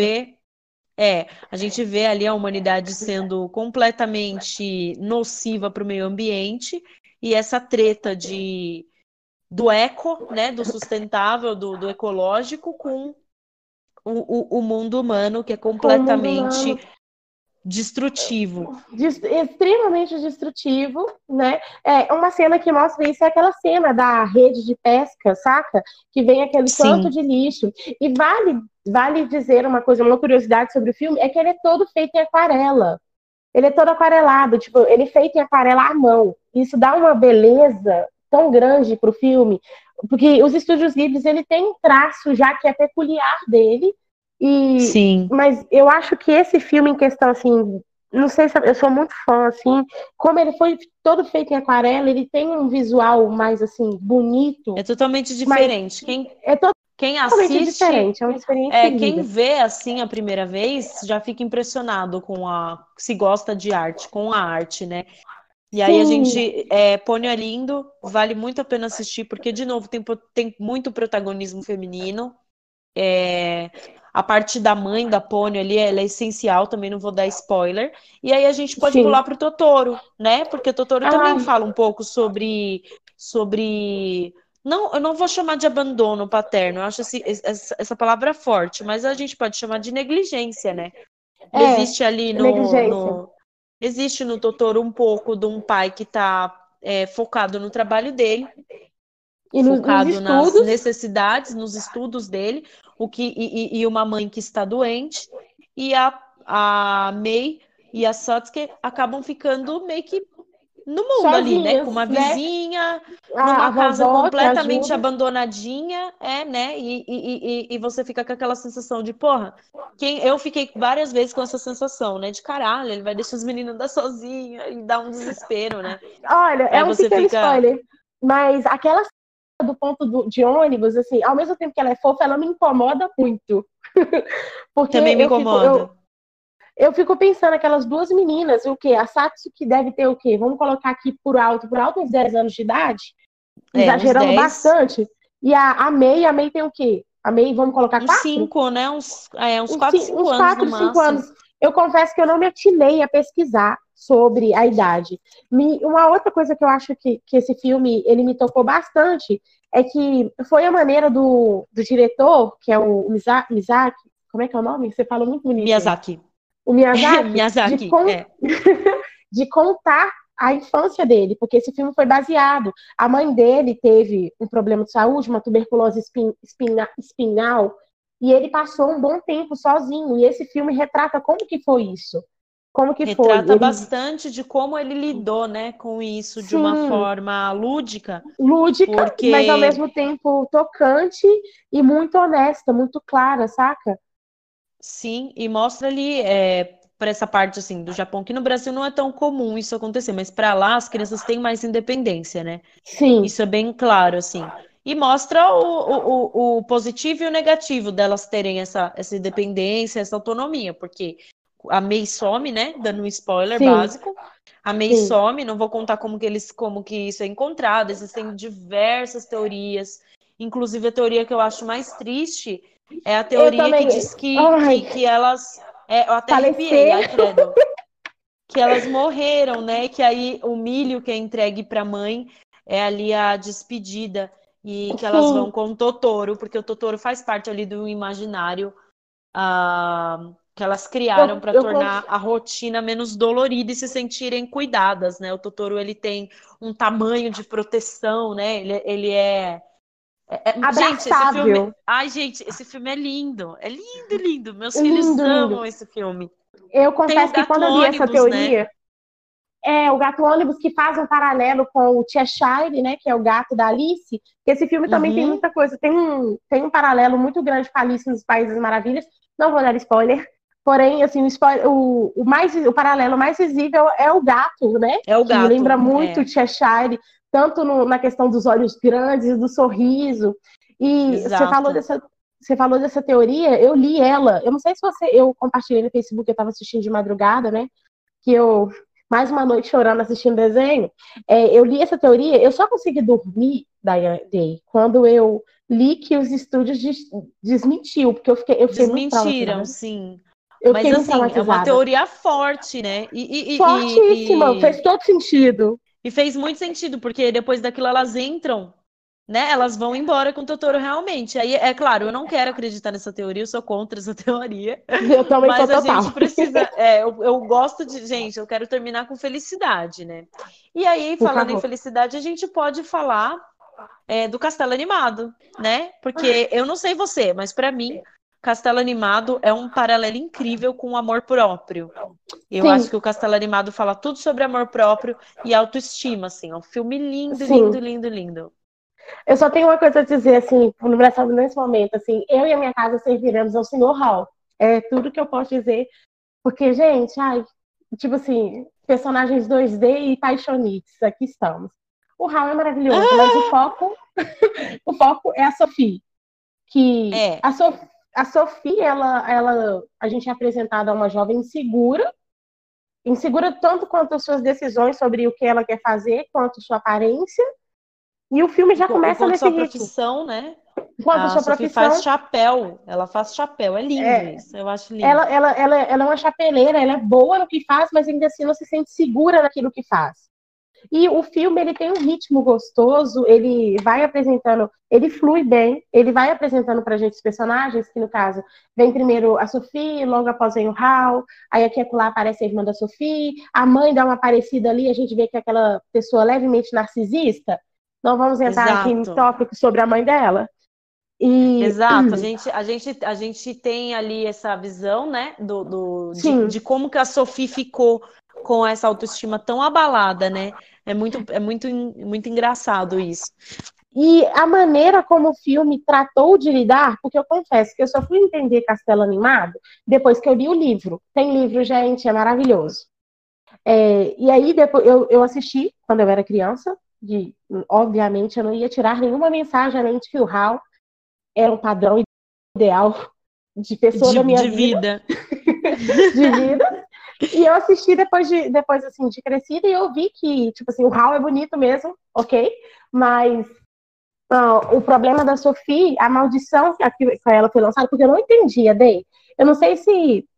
a gente vê ali a humanidade sendo completamente nociva para o meio ambiente e essa treta do eco, né, do sustentável, do ecológico, com o mundo humano, que é Com o mundo humano completamente destrutivo. extremamente destrutivo, né? É uma cena que mostra isso, é aquela cena da rede de pesca, saca? Que vem aquele tanto Sim, de lixo. E vale dizer uma coisa, uma curiosidade sobre o filme, é que ele é todo feito em aquarela. Ele é todo aquarelado, tipo, ele é feito em aquarela à mão. Isso dá uma beleza tão grande pro filme, porque os estúdios Ghibli, ele tem um traço já que é peculiar dele, sim. mas eu acho que esse filme em questão, assim, não sei se eu sou muito fã, assim, como ele foi todo feito em aquarela, ele tem um visual mais, assim, bonito, É totalmente mas diferente. é Quem totalmente assiste, diferente, é uma experiência quem linda. vê assim a primeira vez, já fica impressionado se gosta de arte, com a arte, né? E aí a Sim, gente, Pônio é lindo, vale muito a pena assistir, porque, de novo, tem muito protagonismo feminino. A parte da mãe da Pônio ali, ela é essencial, também não vou dar spoiler. E aí a gente pode sim. pular pro Totoro, né? Porque Totoro também Ai, fala um pouco sobre... Não, eu não vou chamar de abandono paterno, eu acho essa palavra forte, mas a gente pode chamar de negligência, né? é, Existe ali negligência. existe no Totoro um pouco de um pai que está focado no trabalho dele, E nos focado nas estudos, necessidades, nos estudos dele, e uma mãe que está doente, e a Mei e a Satsuki acabam ficando meio que no mundo ali, né? Com uma Sozinhas, né? vizinha, A numa casa vovó que completamente ajuda. abandonadinha, né? E você fica com aquela sensação de, porra, eu fiquei várias vezes com essa sensação, né? De caralho, ele vai deixar os meninos andar sozinha e dá um desespero, né? Olha, é Aí um você pequeno fica. spoiler, mas aquela cena do ponto de ônibus, assim, ao mesmo tempo que ela é fofa, ela me incomoda muito. Porque Também me incomoda. eu fico pensando aquelas duas meninas, o quê? A Satsuki deve ter o quê? Vamos colocar aqui por alto, uns 10 anos de idade, Uns exagerando 10, bastante. E a Mei tem o quê? A Mei, vamos colocar uns 4? 5, né? Uns 4, 5 Uns anos no 4, 5 máximo. anos. Eu confesso que eu não me atinei a pesquisar sobre a idade. Uma outra coisa que eu acho que esse filme ele me tocou bastante é que foi a maneira do diretor, que é o Miyazaki, como é que é o nome? Você fala muito bonito aí. Miyazaki. O Miyazaki, Miyazaki, é. de contar a infância dele, porque esse filme foi baseado. A mãe dele teve um problema de saúde, uma tuberculose espinhal, e ele passou um bom tempo sozinho. E esse filme retrata como que foi isso. Como que foi? Retrata bastante de como ele lidou, né, com isso de uma Sim, forma lúdica, lúdica, mas ao porque mesmo tempo tocante e muito honesta, muito clara, saca? sim, e mostra ali para essa parte assim do Japão, que no Brasil não é tão comum isso acontecer, mas para lá as crianças têm mais independência, né? Sim, Isso é bem claro, assim. E mostra o positivo e o negativo delas terem essa independência, essa autonomia, porque a Mei some, né? Dando um spoiler sim, básico. A Mei sim. some, não vou contar como que isso é encontrado. Existem diversas teorias, inclusive a teoria que eu acho mais triste é a Eu teoria que também. diz Ai, que elas. Eu até arrepiei, falecer. ai, credo. Que elas morreram, né? Que aí o milho que é entregue para a mãe é ali a despedida e que elas vão Sim, com o Totoro, porque o Totoro faz parte ali do imaginário que elas criaram para eu tornar a rotina menos dolorida e se sentirem cuidadas, né? O Totoro ele tem um tamanho de proteção, né? Ele Gente, esse filme. abraçável. Ai, gente, esse filme é lindo. É lindo, lindo. Meus filhos Lindo, lindo. amam esse filme. Eu Tem o confesso que gato quando eu li essa ônibus, né? teoria, o gato ônibus que faz um paralelo com o Cheshire, né, que é o gato da Alice, que esse filme também tem Uhum. muita coisa, tem um paralelo muito grande com Alice nos Países das Maravilhas, não vou dar spoiler, porém, assim, o paralelo mais visível é o gato, né, É o que lembra gato, muito o é. Cheshire, tanto na questão dos olhos grandes, do sorriso, e Exato. você falou dessa teoria, eu li ela, eu não sei se eu compartilhei no Facebook, eu estava assistindo de madrugada, né, que eu mais uma noite chorando assistindo desenho, eu li essa teoria, eu só consegui dormir daí quando eu li que os estúdios desmentiu, porque eu fiquei muito Desmentiram, traumatizada. sim. Eu Mas fiquei muito assim, é uma traumatizada. teoria forte, né? Fortíssima, fez todo sentido. E fez muito sentido, porque depois daquilo elas entram, né? Elas vão embora com o Totoro realmente. Aí, é claro, eu não quero acreditar nessa teoria, eu sou contra essa teoria, Eu também sou mas a total. gente precisa. Eu gosto de. Gente, eu quero terminar com felicidade, né? E aí, Por falando em favor. felicidade, a gente pode falar do Castelo Animado, né? Porque eu não sei você, mas para mim, Castelo Animado é um paralelo incrível com o amor próprio. Eu acho Sim, que o Castelo Animado fala tudo sobre amor próprio e autoestima, assim. É um filme lindo, lindo, sim. lindo, lindo. Eu só tenho uma coisa a dizer, assim, nesse momento, assim, eu e a minha casa serviremos ao Senhor Hall. É tudo que eu posso dizer. Porque, gente, ai, tipo assim, personagens 2D e paixonites, aqui estamos. O Hal é maravilhoso, mas Ah, o foco é a Sophie, que é, A Sophie, a gente é apresentada a uma jovem insegura tanto quanto as suas decisões sobre o que ela quer fazer, quanto sua aparência, e o filme já começa enquanto nesse sua ritmo. profissão, né? Enquanto a A sua Sophie faz profissão, chapéu. Ela faz chapéu. É lindo é, isso. Eu acho lindo. ela é uma chapeleira, ela é boa no que faz, mas ainda assim não se sente segura naquilo que faz. E o filme, ele tem um ritmo gostoso, ele vai apresentando, ele flui bem, ele vai apresentando pra gente os personagens, que no caso, vem primeiro a Sophie, logo após vem o Hal, aí aqui e acolá aparece a irmã da Sophie, a mãe dá uma aparecida ali, a gente vê que é aquela pessoa levemente narcisista. Não vamos entrar aqui em Exato. tópicos sobre a mãe dela. E Exato, a gente tem ali essa visão, né, sim, de como que a Sophie ficou com essa autoestima tão abalada, né? Muito engraçado isso. e a maneira como o filme tratou de lidar, porque eu confesso que eu só fui entender Castelo Animado depois que eu li o livro. Tem livro, gente, é maravilhoso. E aí depois eu assisti quando eu era criança, obviamente eu não ia tirar nenhuma mensagem além de que o Hal era um padrão ideal de pessoa da minha De vida, vida. de vida. E eu assisti depois assim, de crescida, e eu vi que, tipo assim, o Hal é bonito mesmo, ok? Mas o problema da Sophie, a maldição que ela foi lançada, porque eu não entendia, Day. Eu não sei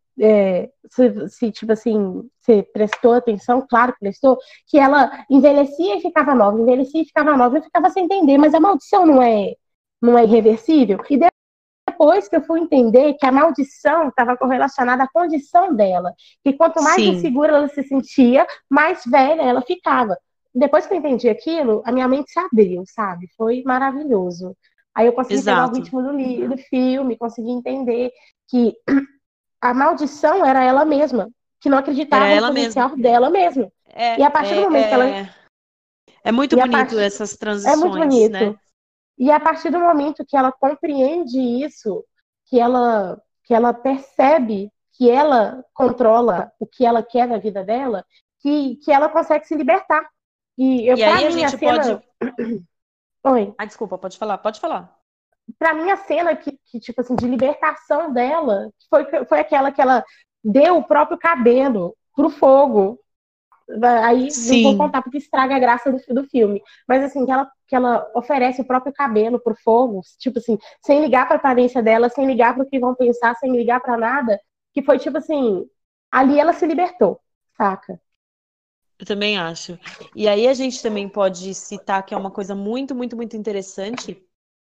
se, tipo assim, você prestou atenção, claro que prestou, que ela envelhecia e ficava nova, envelhecia e ficava nova, eu ficava sem entender, mas a maldição não é irreversível. E depois que eu fui entender que a maldição estava correlacionada à condição dela, que quanto mais Sim, insegura ela se sentia, mais velha ela ficava. Depois que eu entendi aquilo, a minha mente se abriu, sabe? Foi maravilhoso. Aí eu consegui pegar o exato. ritmo do filme, consegui entender que a maldição era ela mesma, que não Era acreditava no ela mesma. potencial dela mesma. É, E a partir do momento que ela. é, é, é muito E a bonito part... essas É muito transições, né? bonito. E a partir do momento que ela compreende isso, que ela percebe que ela controla o que ela quer da vida dela, que ela consegue se libertar. E Para aí a mim, a gente pode. cena. Oi. Ah, desculpa, pode falar, pode falar. Para mim, a cena tipo assim, de libertação dela foi aquela que ela deu o próprio cabelo pro fogo. Aí não vou Sim, contar porque estraga a graça do filme. Mas assim, que ela oferece o próprio cabelo pro fogo, tipo assim, sem ligar pra aparência dela, sem ligar pro que vão pensar, sem ligar pra nada. Que foi tipo assim, ali ela se libertou, saca? eu também acho. E aí a gente também pode citar que é uma coisa muito interessante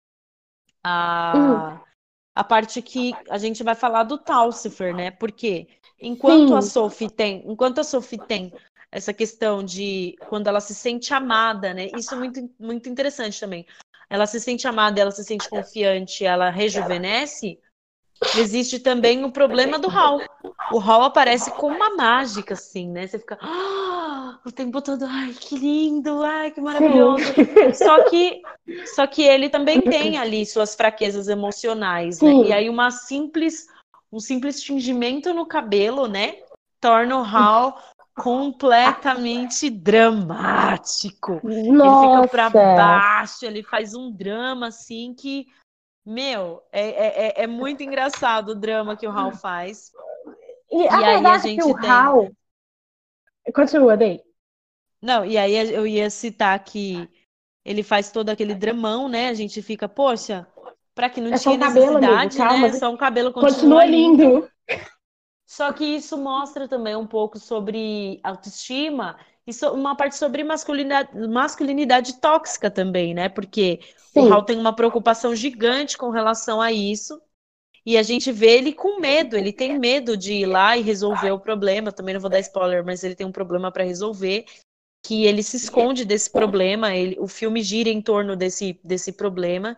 Hum, a, a parte que a gente vai falar do Talcifer, né? Porque sim, enquanto a Sophie tem essa questão de quando ela se sente amada, né? Isso é muito interessante também. Ela se sente amada, ela se sente confiante, ela rejuvenesce. Existe também o problema do Hal. O Hal aparece com uma mágica, assim, né? Você fica o tempo todo, ai, que lindo, ai, que sim. maravilhoso. Só que, só que ele também tem ali suas fraquezas emocionais, né? E Sim. aí um simples tingimento no cabelo, né? Torna o Hal completamente dramático. Ele fica pra Nossa. baixo, ele faz um drama assim que meu, é muito engraçado o drama que o Hal faz. E a E aí a verdade é que o gente tem. Hal. Continua, Dei. Não, e aí eu ia citar que ele faz todo aquele dramão, né? A gente fica, poxa, pra que não É só tinha um cabelo, amigo. necessidade, Calma. né? Só um cabelo continua Continua lindo. lindo. Só que isso mostra também um pouco sobre autoestima e uma parte sobre masculinidade tóxica também, né? Porque o Hal Sim, tem uma preocupação gigante com relação a isso. E a gente vê ele com medo, ele tem medo de ir lá e resolver o problema. Também não vou dar spoiler, mas ele tem um problema para resolver, que ele se esconde desse problema. O filme gira em torno desse problema.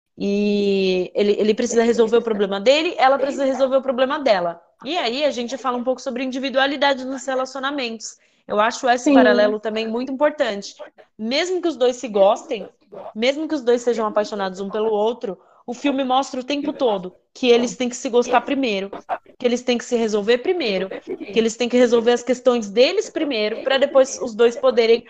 E ele precisa resolver o problema dele, ela precisa resolver o problema dela. E aí a gente fala um pouco sobre individualidade nos relacionamentos. Eu acho esse sim, paralelo também muito importante. Mesmo que os dois se gostem, mesmo que os dois sejam apaixonados um pelo outro, o filme mostra o tempo todo que eles têm que se gostar primeiro, que eles têm que se resolver primeiro, que eles têm que resolver as questões deles primeiro, para depois os dois poderem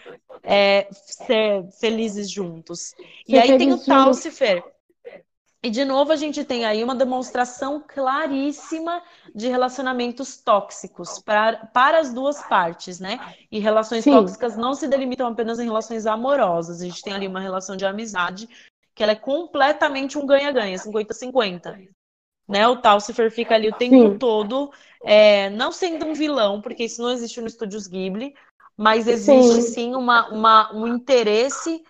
ser felizes juntos. E ser aí tem o feliz juntos. Talcifer, e de novo a gente tem aí uma demonstração claríssima de relacionamentos tóxicos para as duas partes, né? E relações Sim, tóxicas não se delimitam apenas em relações amorosas. A gente tem ali uma relação de amizade que ela é completamente um ganha-ganha, 50-50. Né? O Talcifer fica ali o tempo sim, todo, não sendo um vilão, porque isso não existe no Estúdios Ghibli, mas existe sim. sim um interesse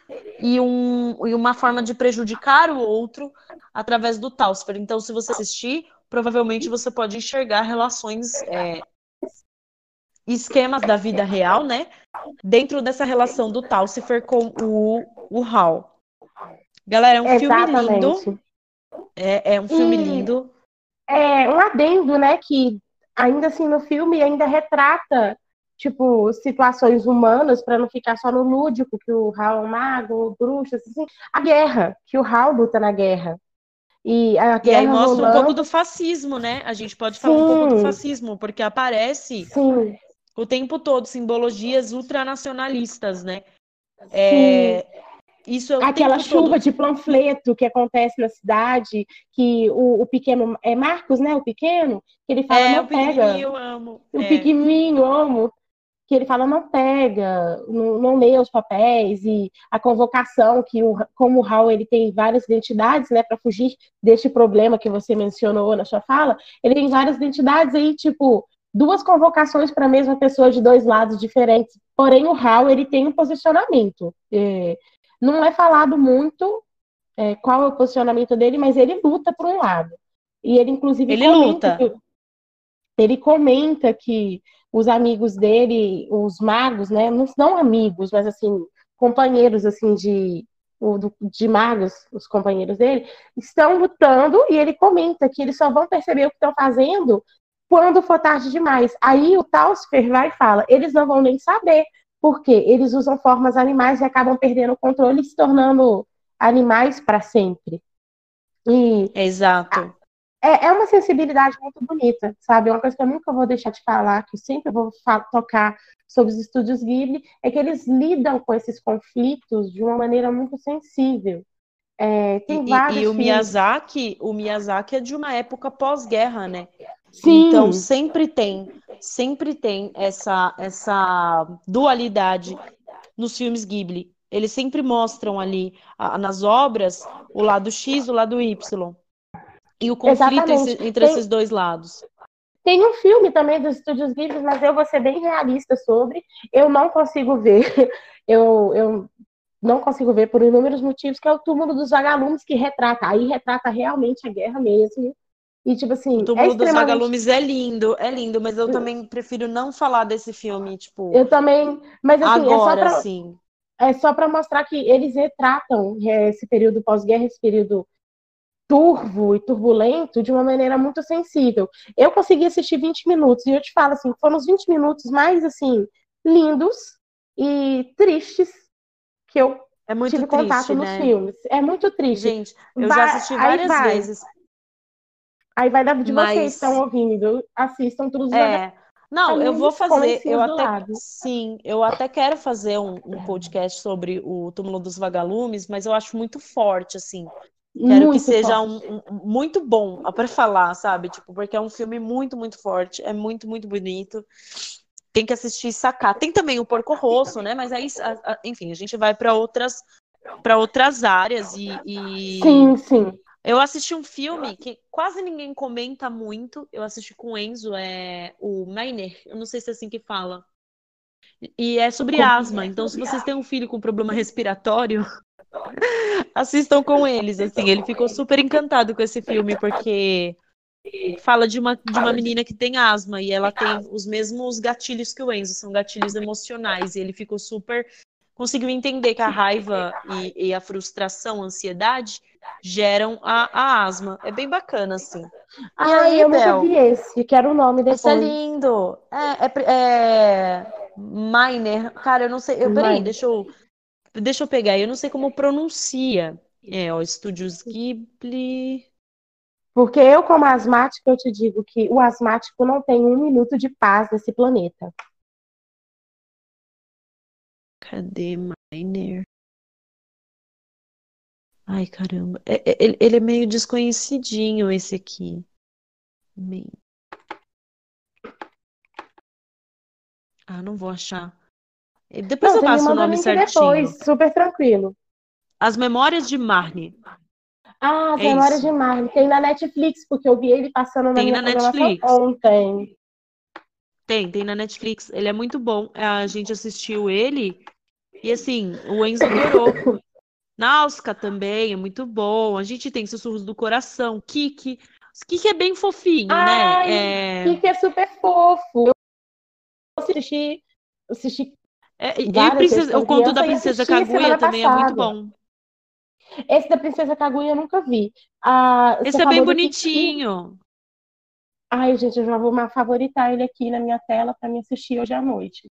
e uma forma de prejudicar o outro através do Talcifer. Então, se você assistir, provavelmente você pode enxergar relações, esquemas da vida real, né? Dentro dessa relação do Talcifer com o Hal. Galera, é um filme lindo. Exatamente. É um filme E lindo. é um adendo, né, que ainda assim no filme ainda retrata, tipo, situações humanas, para não ficar só no lúdico, que o Hal é um mago, bruxa, assim, a guerra, que o Hal luta na guerra. E a E aí guerra mostra um pouco do rolando, fascismo, né? A gente pode falar um pouco do sim, fascismo, porque aparece sim, o tempo todo simbologias ultranacionalistas, né? sim. Isso é o Aquela tempo chuva todo. de panfleto que acontece na cidade, que o pequeno, é Marcos, né, o pequeno, que ele fala, É, não o pega, pequenininho eu amo. o pequenininho, amo, que ele fala, não pega, não lê os papéis, e a convocação, que como o Hal ele tem várias identidades, né, para fugir deste problema que você mencionou na sua fala, ele tem várias identidades aí, tipo, duas convocações para a mesma pessoa de dois lados diferentes, porém o Hal ele tem um posicionamento, não é falado muito qual é o posicionamento dele, mas ele luta por um lado. E ele, inclusive, Ele luta. comenta que os amigos dele, os magos, né, não amigos, mas assim, companheiros assim de magos, os companheiros dele, estão lutando e ele comenta que eles só vão perceber o que estão fazendo quando for tarde demais. Aí o Tausfer vai e fala, eles não vão nem saber, porque eles usam formas animais e acabam perdendo o controle e se tornando animais para sempre. E Exato. é uma sensibilidade muito bonita, sabe? Uma coisa que eu nunca vou deixar de falar, que eu sempre vou tocar sobre os estúdios Ghibli, é que eles lidam com esses conflitos de uma maneira muito sensível. E, Tem e vários filmes. O Miyazaki é de uma época pós-guerra, né? Então Sim, sempre tem essa dualidade nos filmes Ghibli. Eles sempre mostram ali nas obras o lado X, o lado Y e o conflito exatamente. entre Tem, esses dois lados. tem um filme também dos estúdios Ghibli, mas eu vou ser bem realista sobre. Eu não consigo ver. Eu não consigo ver por inúmeros motivos, que é o Túmulo dos Vagalumes, que retrata. Aí retrata realmente a guerra mesmo. E, tipo O assim, é Túmulo dos extremamente. Vagalumes é lindo, mas eu também prefiro não falar desse filme, tipo, Eu também. Mas, assim, agora, assim. é só para mostrar que eles retratam esse período pós-guerra, esse período turvo e turbulento, de uma maneira muito sensível. Eu consegui assistir 20 minutos, e eu te falo assim, foram os 20 minutos mais, assim, lindos e tristes que eu É muito tive contato triste, nos né? filmes. É muito triste. Gente, eu já assisti várias vezes, Aí vai de vocês que estão mas ouvindo, assistam todos os é. Não, eu vou vagalumes com fazer, lencinhos do lado. sim, eu até quero fazer um podcast sobre o Túmulo dos Vagalumes, mas eu acho muito forte, assim. Quero que Muito seja forte. muito bom para falar, sabe? Tipo, porque é um filme muito forte, é muito bonito. Tem que assistir e sacar. Tem também o Porco Rosso, né? Mas aí, enfim, a gente vai para outras áreas Sim, sim. eu assisti um filme que quase ninguém comenta muito. Eu assisti com o Enzo, é o Miner. Eu não sei se é assim que fala. E é sobre asma. Então, se vocês têm um filho com problema respiratório, assistam com eles. Assim, ele ficou super encantado com esse filme porque fala de uma menina que tem asma e ela tem os mesmos gatilhos que o Enzo, são gatilhos emocionais. E ele ficou super. Conseguiu entender que a raiva e a frustração, a ansiedade geram a asma. É bem bacana, assim. E Ai, aí, eu nunca vi Bel, esse. Quero o nome esse é depois. lindo. É Miner. Cara, eu não sei. Peraí, Mãe. deixa eu pegar. Eu não sei como pronuncia. Ó, Estúdios Ghibli. Porque eu, como asmática, eu te digo que o asmático não tem um minuto de paz nesse planeta. Cadê Miner? Ai, caramba. Ele é meio desconhecidinho, esse aqui. Meio- Ah, não vou achar. Depois Não, eu você me passo o manda o nome link depois, certinho. super tranquilo. As Memórias de Marnie. Ah, As É Memórias de isso. Marne. Tem na Netflix, porque eu vi ele passando na Tem minha na programação Netflix. ontem. Tem na Netflix. Ele é muito bom. A gente assistiu ele e assim, o Enzo adorou. Náusea também é muito bom. A gente tem Sussurros do Coração, Kiki. Kiki é bem fofinho, né? Ai, que é super fofo. Eu assisti E várias vezes O quando Conto da criança e Princesa assisti Kaguya semana também é muito passada. bom. Esse da Princesa Kaguya eu nunca vi. Ah, você Esse é bem falou do Kiki. bonitinho. Ai, gente, eu já vou favoritar ele aqui na minha tela para me assistir hoje à noite.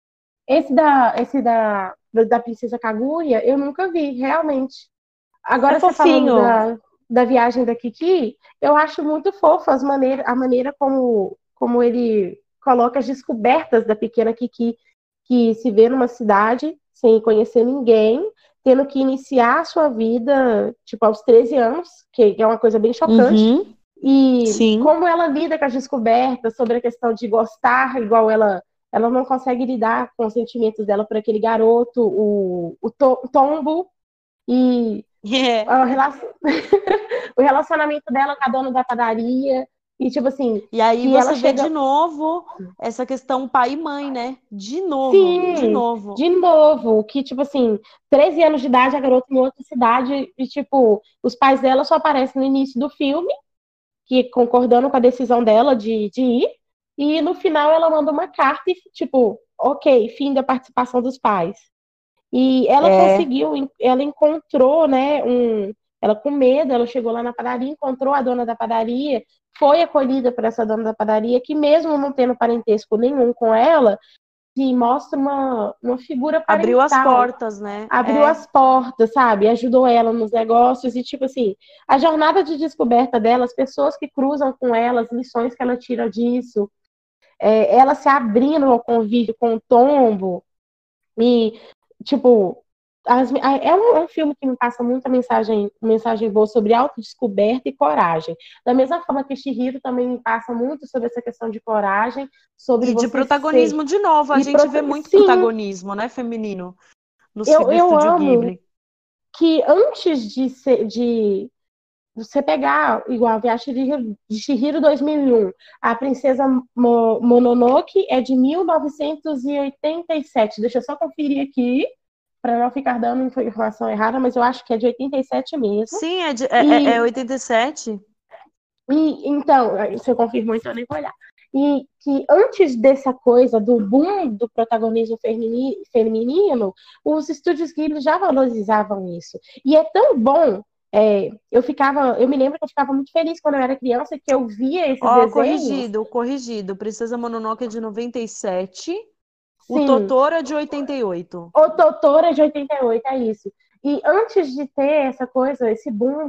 Da Princesa Kaguya, eu nunca vi, realmente. É Agora, você falando fofinho. da viagem da Kiki, eu acho muito fofo a maneira como ele coloca as descobertas da pequena Kiki, que se vê numa cidade sem conhecer ninguém, tendo que iniciar a sua vida, tipo, aos 13 anos, que é uma coisa bem chocante, Uhum, e sim. como ela lida com as descobertas sobre a questão de gostar, igual ela não consegue lidar com os sentimentos dela por aquele garoto, o Tombo, e É. a o relacionamento dela com a dona da padaria, e tipo assim, E aí que ela você vê de chega. novo essa questão pai e mãe, né? De novo, de Sim, novo. de novo, que tipo assim, 13 anos de idade, a garota em outra cidade, e tipo, os pais dela só aparecem no início do filme, que concordando com a decisão dela de ir, e no final ela manda uma carta e, tipo, ok, fim da participação dos pais. E ela É, conseguiu, ela encontrou, né, ela com medo, ela chegou lá na padaria, encontrou a dona da padaria, foi acolhida por essa dona da padaria, que mesmo não tendo parentesco nenhum com ela, se mostra uma figura abriu as parental, portas, né? abriu É, as portas, sabe? Ajudou ela nos negócios e, tipo assim, a jornada de descoberta dela, as pessoas que cruzam com ela, as lições que ela tira disso, ela se abrindo ao convívio com o tombo e, tipo, é um filme que me passa muita mensagem boa sobre autodescoberta e coragem. Da mesma forma que Chihiro também me passa muito sobre essa questão de coragem, sobre e de você ser. protagonismo de novo. A E, gente vê muito sim, protagonismo, né, feminino eu, do eu Estúdio amo Ghibli. que antes de você pegar, igual a Viagem de Chihiro 2001, a Princesa Mononoke é de 1987. Deixa eu só conferir aqui, para não ficar dando informação errada, mas eu acho que é de 87 mesmo. Sim, é E, 87. então, você confirmou, então eu nem vou olhar. E que antes dessa coisa do boom do protagonismo feminino, os estúdios Ghibli já valorizavam isso. E é tão bom. Eu me lembro que eu ficava muito feliz quando eu era criança que eu via esses Ó, desenhos. corrigido, corrigido. Princesa Mononoke é de 97. O Sim, Totoro é de 88. o Totoro é de 88, é isso. E antes de ter essa coisa, esse boom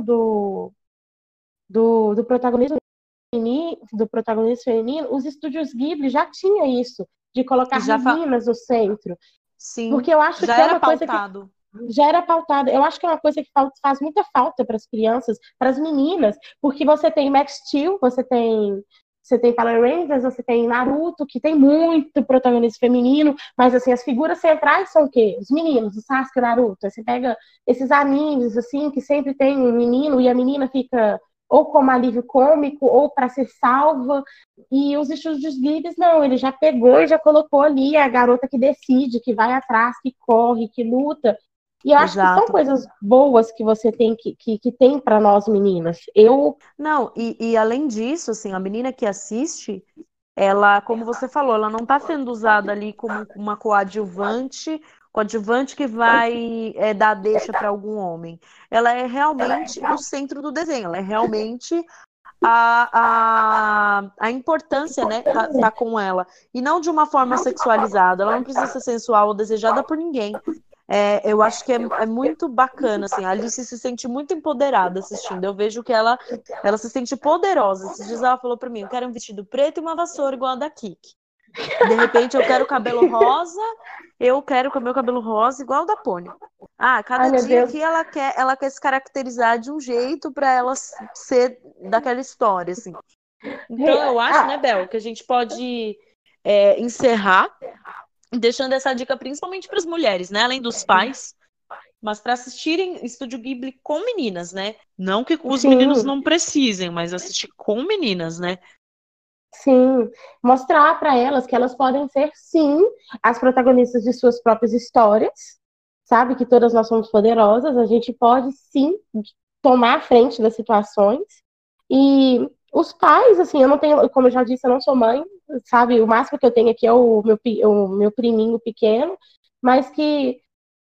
do protagonismo feminino, os estúdios Ghibli já tinha isso, de colocar Já fa... meninas no centro. Sim, Porque eu acho já que é era uma coisa que pautado. já era pautada. Eu acho que é uma coisa que faz muita falta para as crianças, para as meninas, porque você tem Max Steel, você tem Power Rangers, você tem Naruto, que tem muito protagonismo feminino, mas assim, as figuras centrais são o quê? Os meninos, o Sasuke e o Naruto. Aí você pega esses animes, assim, que sempre tem um menino e a menina fica ou como alívio cômico, ou para ser salva, e os estúdios Ghibli, não, ele já pegou e já colocou ali a garota que decide, que vai atrás, que corre, que luta, e eu acho que são Exato. coisas boas que você tem que tem para nós meninas. Eu Não, e além disso, assim, a menina que assiste, ela, como você falou, ela não está sendo usada ali como uma coadjuvante que vai dar deixa para algum homem. Ela é realmente o centro do desenho, ela é realmente a importância, né, tá com ela. E não de uma forma sexualizada, ela não precisa ser sensual ou desejada por ninguém. Eu acho que é muito bacana, assim, a Alice se sente muito empoderada assistindo. Eu vejo que ela se sente poderosa. Esses dias ela falou pra mim, eu quero um vestido preto e uma vassoura igual a da Kiki. De repente eu quero cabelo rosa, eu quero com o meu cabelo rosa igual o da Pony. Ah, ai cada meu dia Deus, que ela quer se caracterizar de um jeito para ela ser daquela história, assim. Então eu acho, né, ah, Bel, que a gente pode encerrar deixando essa dica principalmente para as mulheres, né, além dos pais, mas para assistirem Estúdio Ghibli com meninas, né? Não que os meninos sim, não precisem, mas assistir com meninas, né? sim, mostrar para elas que elas podem ser, sim, as protagonistas de suas próprias histórias, sabe? Que todas nós somos poderosas, a gente pode, sim, tomar a frente das situações. E os pais, assim, eu não tenho, como eu já disse, eu não sou mãe, sabe? O máximo que eu tenho aqui é o meu priminho pequeno, mas que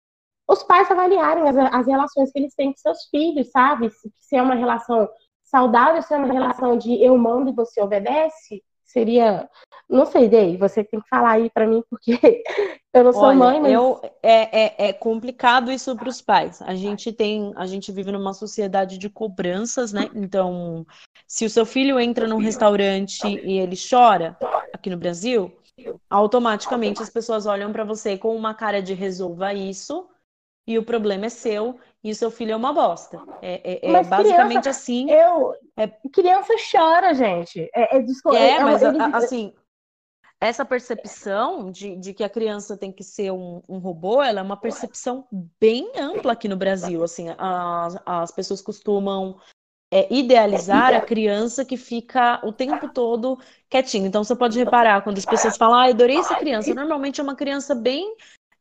os pais avaliarem as relações que eles têm com seus filhos, sabe? Se é uma relação saudável, se é uma relação de eu mando e você obedece, seria. Não sei, Dei, você tem que falar aí pra mim, porque eu não sou Olha, mãe, mas. é complicado isso para os pais. A gente vive numa sociedade de cobranças, né? Então, se o seu filho entra num restaurante e ele chora, aqui no Brasil, automaticamente as pessoas olham para você com uma cara de resolva isso, e o problema é seu, e o seu filho é uma bosta. É Mas criança, basicamente assim. eu. É, Criança chora, gente. mas Eles. assim, essa percepção de que a criança tem que ser um robô, ela é uma percepção bem ampla aqui no Brasil. Assim, as pessoas costumam idealizar a criança que fica o tempo todo quietinha. Então, você pode reparar, quando as pessoas falam, ah, eu adorei essa criança, normalmente é uma criança bem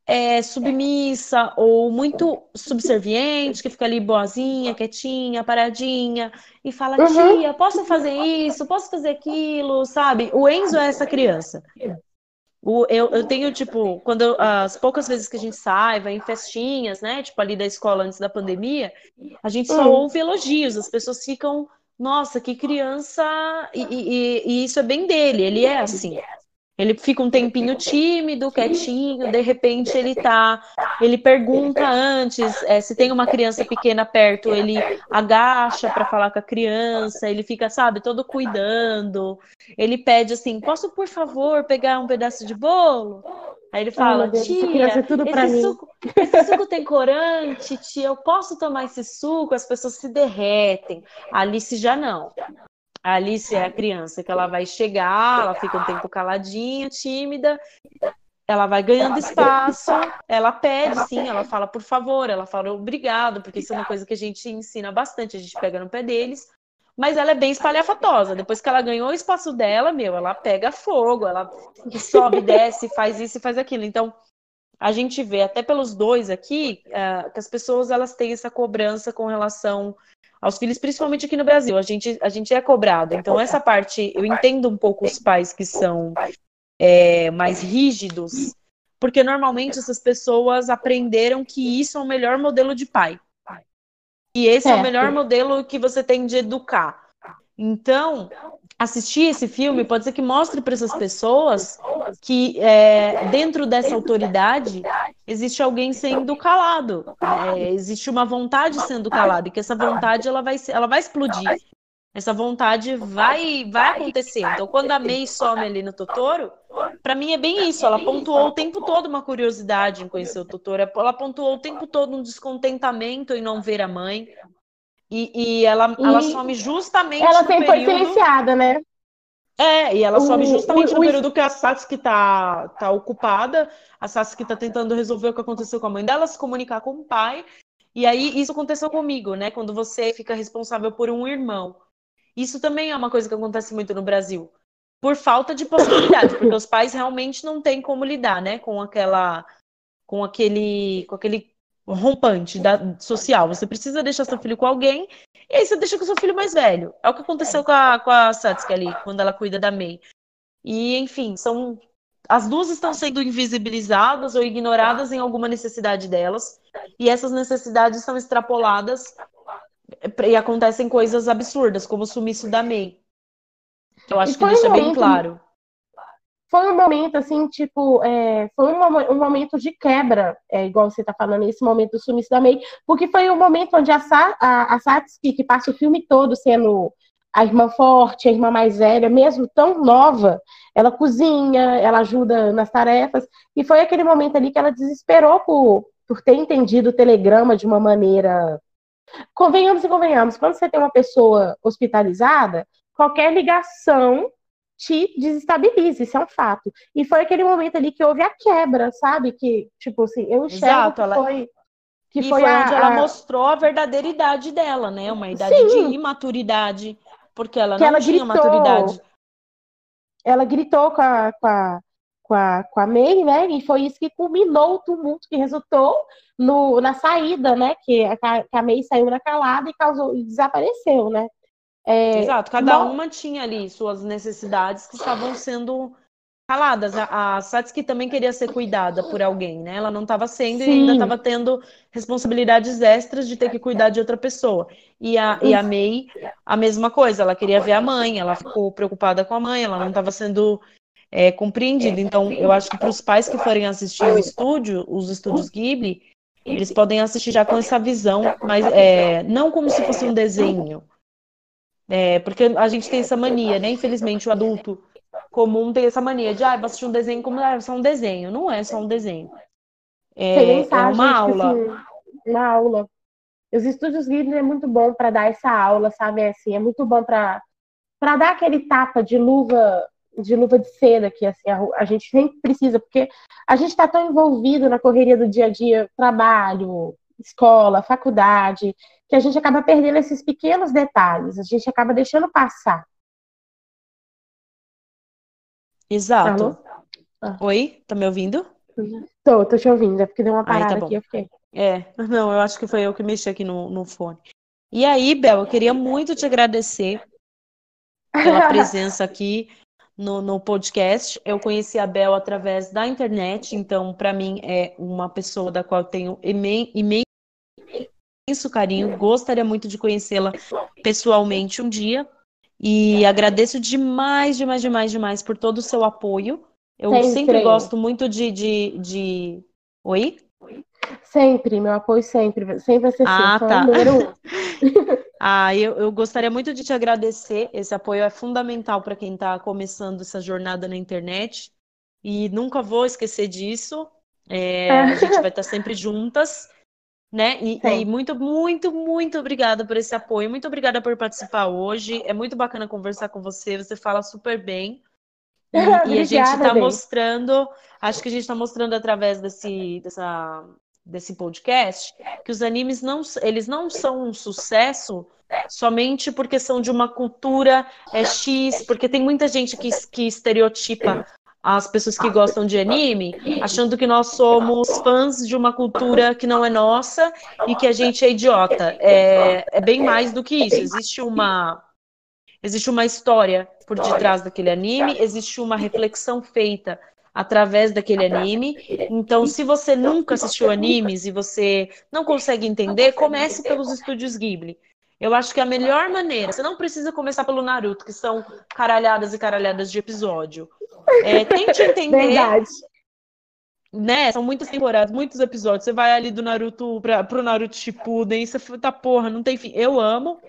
submissa ou muito subserviente, que fica ali boazinha, quietinha, paradinha, e fala, Uhum. tia, posso fazer isso? Posso fazer aquilo? Sabe? O Enzo é essa criança. Eu tenho, tipo, as poucas vezes que a gente sai, vai em festinhas, né? Tipo, ali da escola antes da pandemia, a gente só Hum. ouve elogios, as pessoas ficam, nossa, que criança. E isso é bem dele, ele é assim. Ele fica um tempinho tímido, quietinho, de repente ele pergunta antes, se tem uma criança pequena perto, ele agacha para falar com a criança, ele fica, sabe, todo cuidando. Ele pede assim: "Posso, por favor, pegar um pedaço de bolo?" Aí ele Ai, meu fala: Deus, essa criança "Tia, é tudo pra esse mim. suco, esse suco tem corante, tia, eu posso tomar esse suco?" As pessoas se derretem. A Alice já não. A Alice é a criança que ela vai chegar, ela fica um tempo caladinha, tímida, ela vai ganhando espaço, ela pede sim, ela fala por favor, ela fala obrigado, porque isso é uma coisa que a gente ensina bastante, a gente pega no pé deles, mas ela é bem espalhafatosa. Depois que ela ganhou o espaço dela, ela pega fogo, ela sobe, desce, faz isso e faz aquilo. Então, a gente vê até pelos dois aqui que as pessoas elas têm essa cobrança com relação aos filhos, principalmente aqui no Brasil. A gente é cobrado. Então, essa parte, eu entendo um pouco os pais que são mais rígidos, porque normalmente essas pessoas aprenderam que isso é o melhor modelo de pai. E esse é o melhor Certo. modelo que você tem de educar. Então, assistir esse filme pode ser que mostre para essas pessoas que dentro dessa autoridade existe alguém sendo calado, né? Existe uma vontade sendo calada e que essa vontade ela vai explodir. Essa vontade vai acontecer. Então, quando a May some ali no Totoro, para mim é bem isso. Ela pontuou o tempo todo uma curiosidade em conhecer o Totoro. Ela pontuou o tempo todo um descontentamento em não ver a mãe. E ela E some justamente ela no sempre foi período. silenciada, né? E ela sobe justamente no O, período que a Satsuki tá ocupada, a Satsuki tá tentando resolver o que aconteceu com a mãe dela, se comunicar com o pai. E aí isso aconteceu comigo, né? Quando você fica responsável por um irmão. Isso também é uma coisa que acontece muito no Brasil. Por falta de possibilidade, porque os pais realmente não têm como lidar, né? Com aquele rompante social. Você precisa deixar seu filho com alguém, e aí você deixa com seu filho mais velho. É o que aconteceu com a Satsuki ali, quando ela cuida da Mei. E, enfim, as duas estão sendo invisibilizadas ou ignoradas em alguma necessidade delas, e essas necessidades são extrapoladas e acontecem coisas absurdas, como o sumiço da Mei. Eu e acho que deixa bem claro. foi um momento assim, tipo, foi um momento de quebra, igual você está falando, esse momento do sumiço da May, porque foi o momento onde a Satsuki, que passa o filme todo sendo a irmã forte, a irmã mais velha, mesmo tão nova, ela cozinha, ela ajuda nas tarefas, e foi aquele momento ali que ela desesperou por ter entendido o telegrama de uma maneira. Convenhamos e convenhamos, quando você tem uma pessoa hospitalizada, qualquer ligação te desestabiliza, isso é um fato. E foi aquele momento ali que houve a quebra, sabe? Que, tipo assim, eu enxergo Exato, que e foi foi onde ela a. mostrou a verdadeira idade dela, né? Uma idade de Sim, imaturidade, porque ela que não tinha maturidade. ela gritou com a May, né? E foi isso que culminou o tumulto que resultou na saída, né? Que a May saiu na calada e desapareceu, né? É, Exato, cada uma tinha ali suas necessidades que estavam sendo caladas. A Satsuki também queria ser cuidada por alguém, né? Ela não estava sendo e ainda Sim. estava tendo responsabilidades extras de ter que cuidar de outra pessoa. E a Mei, a mesma coisa, ela queria ver a mãe, ela ficou preocupada com a mãe, ela não estava sendo compreendida. Então, eu acho que para os pais que forem assistir os estúdios Ghibli, eles podem assistir já com essa visão, mas não como se fosse um desenho. Porque a gente tem essa mania, né? Infelizmente, o adulto comum tem essa mania de, vou assistir um desenho como é só um desenho. Não é só um desenho. Tem É uma mensagem, tipo assim, aula. uma aula. Os estúdios Ghibli é muito bom para dar essa aula, sabe? Assim, é muito bom para dar aquele tapa de luva de seda que assim, a gente sempre precisa, porque a gente está tão envolvido na correria do dia a dia, trabalho, escola, faculdade, que a gente acaba perdendo esses pequenos detalhes, a gente acaba deixando passar. Exato. Alô? Ah, Oi? Tá me ouvindo? tô te ouvindo, é porque deu uma Aí tá parada aqui, bom. eu fiquei. Não, eu acho que foi eu que mexi aqui no fone. E aí, Bel, eu queria muito te agradecer pela presença aqui no podcast. Eu conheci a Bel através da internet, então, para mim, é uma pessoa da qual eu tenho imenso carinho. Gostaria muito de conhecê-la pessoalmente um dia. E agradeço demais, demais, demais, demais por todo o seu apoio. Eu sempre Sempre, gosto muito Oi? sempre, meu apoio sempre, sempre vai ser seu, Ah, fã tá. número 1. Eu gostaria muito de te agradecer. Esse apoio é fundamental para quem está começando essa jornada na internet. E nunca vou esquecer disso. A gente vai estar sempre juntas, né? E Sempre. muito, muito, muito obrigada por esse apoio. Muito obrigada por participar hoje. É muito bacana conversar com você. Você fala super bem. E a gente Obrigada, está Bey. mostrando, acho que a gente está mostrando através desse podcast, que os animes eles não são um sucesso somente porque são de uma cultura X, porque tem muita gente que estereotipa as pessoas que gostam de anime, achando que nós somos fãs de uma cultura que não é nossa e que a gente é idiota. É bem mais do que isso. Existe uma história por detrás daquele anime, existe uma reflexão feita através daquele anime. Então, se você nunca assistiu animes e você não consegue entender, comece pelos estúdios Ghibli. Eu acho que é a melhor maneira. Você não precisa começar pelo Naruto, que são caralhadas e caralhadas de episódio. Tente entender, Verdade. né? São muitas temporadas, muitos episódios. Você vai ali do Naruto pro Naruto Shippuden, você tá, porra, não tem fim. Eu amo.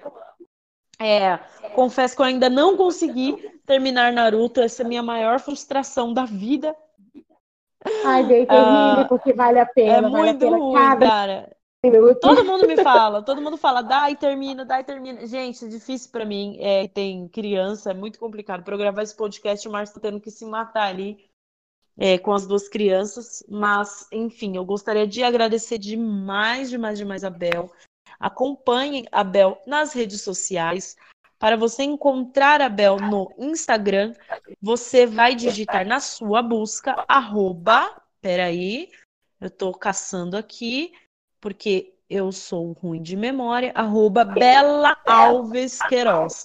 Confesso que eu ainda não consegui terminar Naruto. Essa é a minha maior frustração da vida. Ai, Bey, termine, Ah, porque é vale a muito pena ruim, cada cara. minuto. Todo mundo fala, dá e termina, dá e termina. Gente, é difícil pra mim. Tem criança, é muito complicado. Pra eu gravar esse podcast, o Márcio tá tendo que se matar ali com as duas crianças. Mas, enfim, eu gostaria de agradecer demais, demais, demais a Bel. Acompanhem a Bel nas redes sociais. Para você encontrar a Bel no Instagram, você vai digitar na sua busca peraí, eu estou caçando aqui, porque eu sou ruim de memória, @Bela Alves Queiroz,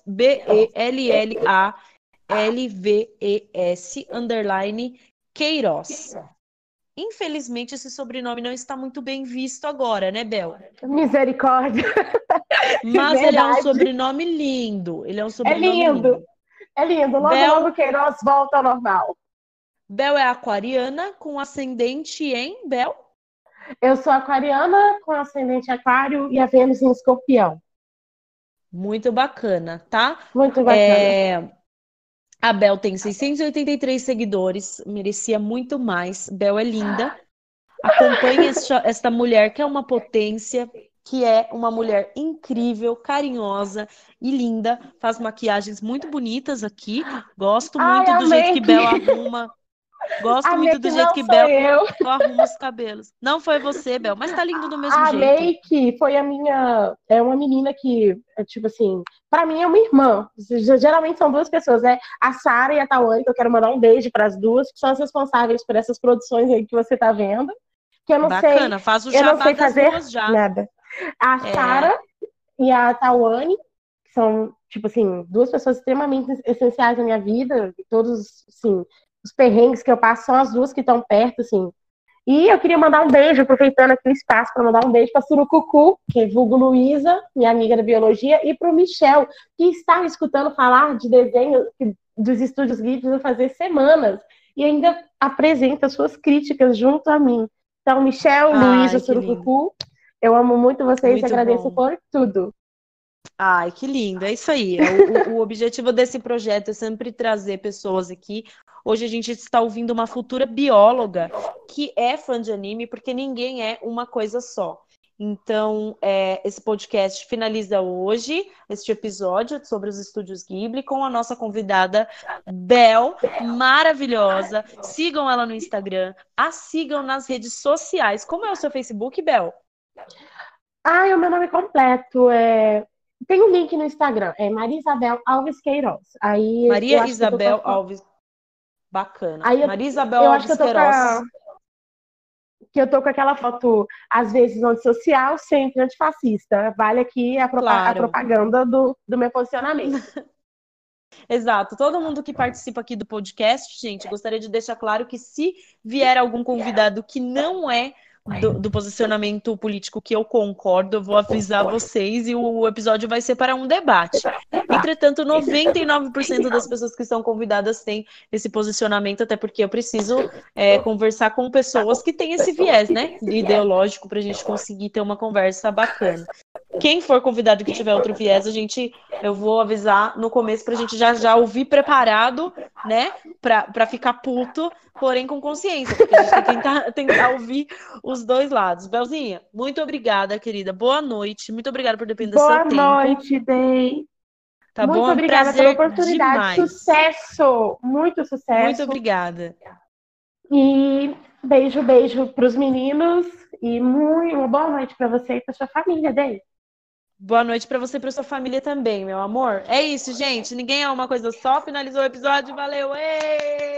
BELLAALVES_Queiroz. Infelizmente, esse sobrenome não está muito bem visto agora, né, Bel? Misericórdia. Mas ele é um Verdade. sobrenome lindo. Ele é um É sobrenome lindo. lindo. É lindo. Logo, Bel, logo Queiroz volta ao normal. Bel é aquariana com ascendente em Bel. Eu sou aquariana com ascendente aquário e a Vênus em escorpião. Muito bacana, tá? Muito bacana. É, A Bel tem 683 seguidores, merecia muito mais. Bel é linda. Acompanhe esta mulher que é uma potência, que é uma mulher incrível, carinhosa e linda. Faz maquiagens muito bonitas aqui. Gosto Ai, muito do jeito amei que Bel arruma. Gosto amei muito do que jeito não que sou Bel eu. arruma os cabelos. Não foi você, Bel, mas tá lindo do mesmo A jeito. Make foi a minha. É uma menina que, tipo assim, pra mim é uma irmã. Geralmente são duas pessoas, né? A Sara e a Tawane, que eu quero mandar um beijo para as duas, que são as responsáveis por essas produções aí que você tá vendo. Que Bacana, faz o eu não jabá sei das fazer duas já. nada. A É, Sara e a Tawane, são, tipo assim, duas pessoas extremamente essenciais na minha vida, todos, assim, os perrengues que eu passo são as duas que estão perto, assim. E eu queria mandar um beijo, aproveitando aqui o espaço para mandar um beijo para a Surucucu, que é vulgo Luísa, minha amiga da biologia, e para o Michel, que está me escutando falar de desenho dos estúdios Ghibli há fazer semanas, e ainda apresenta suas críticas junto a mim. Então, Michel, Luísa, Ai, que lindo. Surucucu, eu amo muito vocês e Muito agradeço bom. por tudo. Ai, que lindo. É isso aí. O objetivo desse projeto é sempre trazer pessoas aqui. Hoje a gente está ouvindo uma futura bióloga que é fã de anime, porque ninguém é uma coisa só. Então, esse podcast finaliza hoje, este episódio sobre os estúdios Ghibli, com a nossa convidada Bel, maravilhosa. Sigam ela no Instagram, a sigam nas redes sociais. Como é o seu Facebook, Bel? O meu nome completo tem um link no Instagram, é Maria Isabel Alves Queiroz. Aí eu Maria acho que eu tô com Isabel a... Alves. Bacana. Aí Maria Isabel eu acho que Alves eu tô com Queiroz. que eu tô com aquela foto, às vezes, no antissocial, sempre antifascista. Vale aqui a Claro. propaganda do meu posicionamento. Exato. Todo mundo que participa aqui do podcast, gente, gostaria de deixar claro que se vier algum convidado que não é do posicionamento político que eu concordo, eu vou avisar vocês e o episódio vai ser para um debate. Entretanto, 99% das pessoas que são convidadas têm esse posicionamento, até porque eu preciso conversar com pessoas que têm esse viés, né, ideológico, para a gente conseguir ter uma conversa bacana. Quem for convidado que tiver outro viés, eu vou avisar no começo pra gente já ouvir preparado, né? Pra ficar puto, porém com consciência, porque a gente tem que tentar ouvir os dois lados. Belzinha, muito obrigada, querida. Boa noite. Muito obrigada por depender do seu Boa tempo. noite, Dei. Tá bom? Muito É um obrigada pela prazer oportunidade. demais. Sucesso! Muito Muito sucesso. obrigada. E beijo para os meninos. E uma boa noite para você e para sua família, Dei. Boa noite pra você e pra sua família também, meu amor. É isso, gente. Ninguém é uma coisa só. Finalizou o episódio. Valeu! Ei!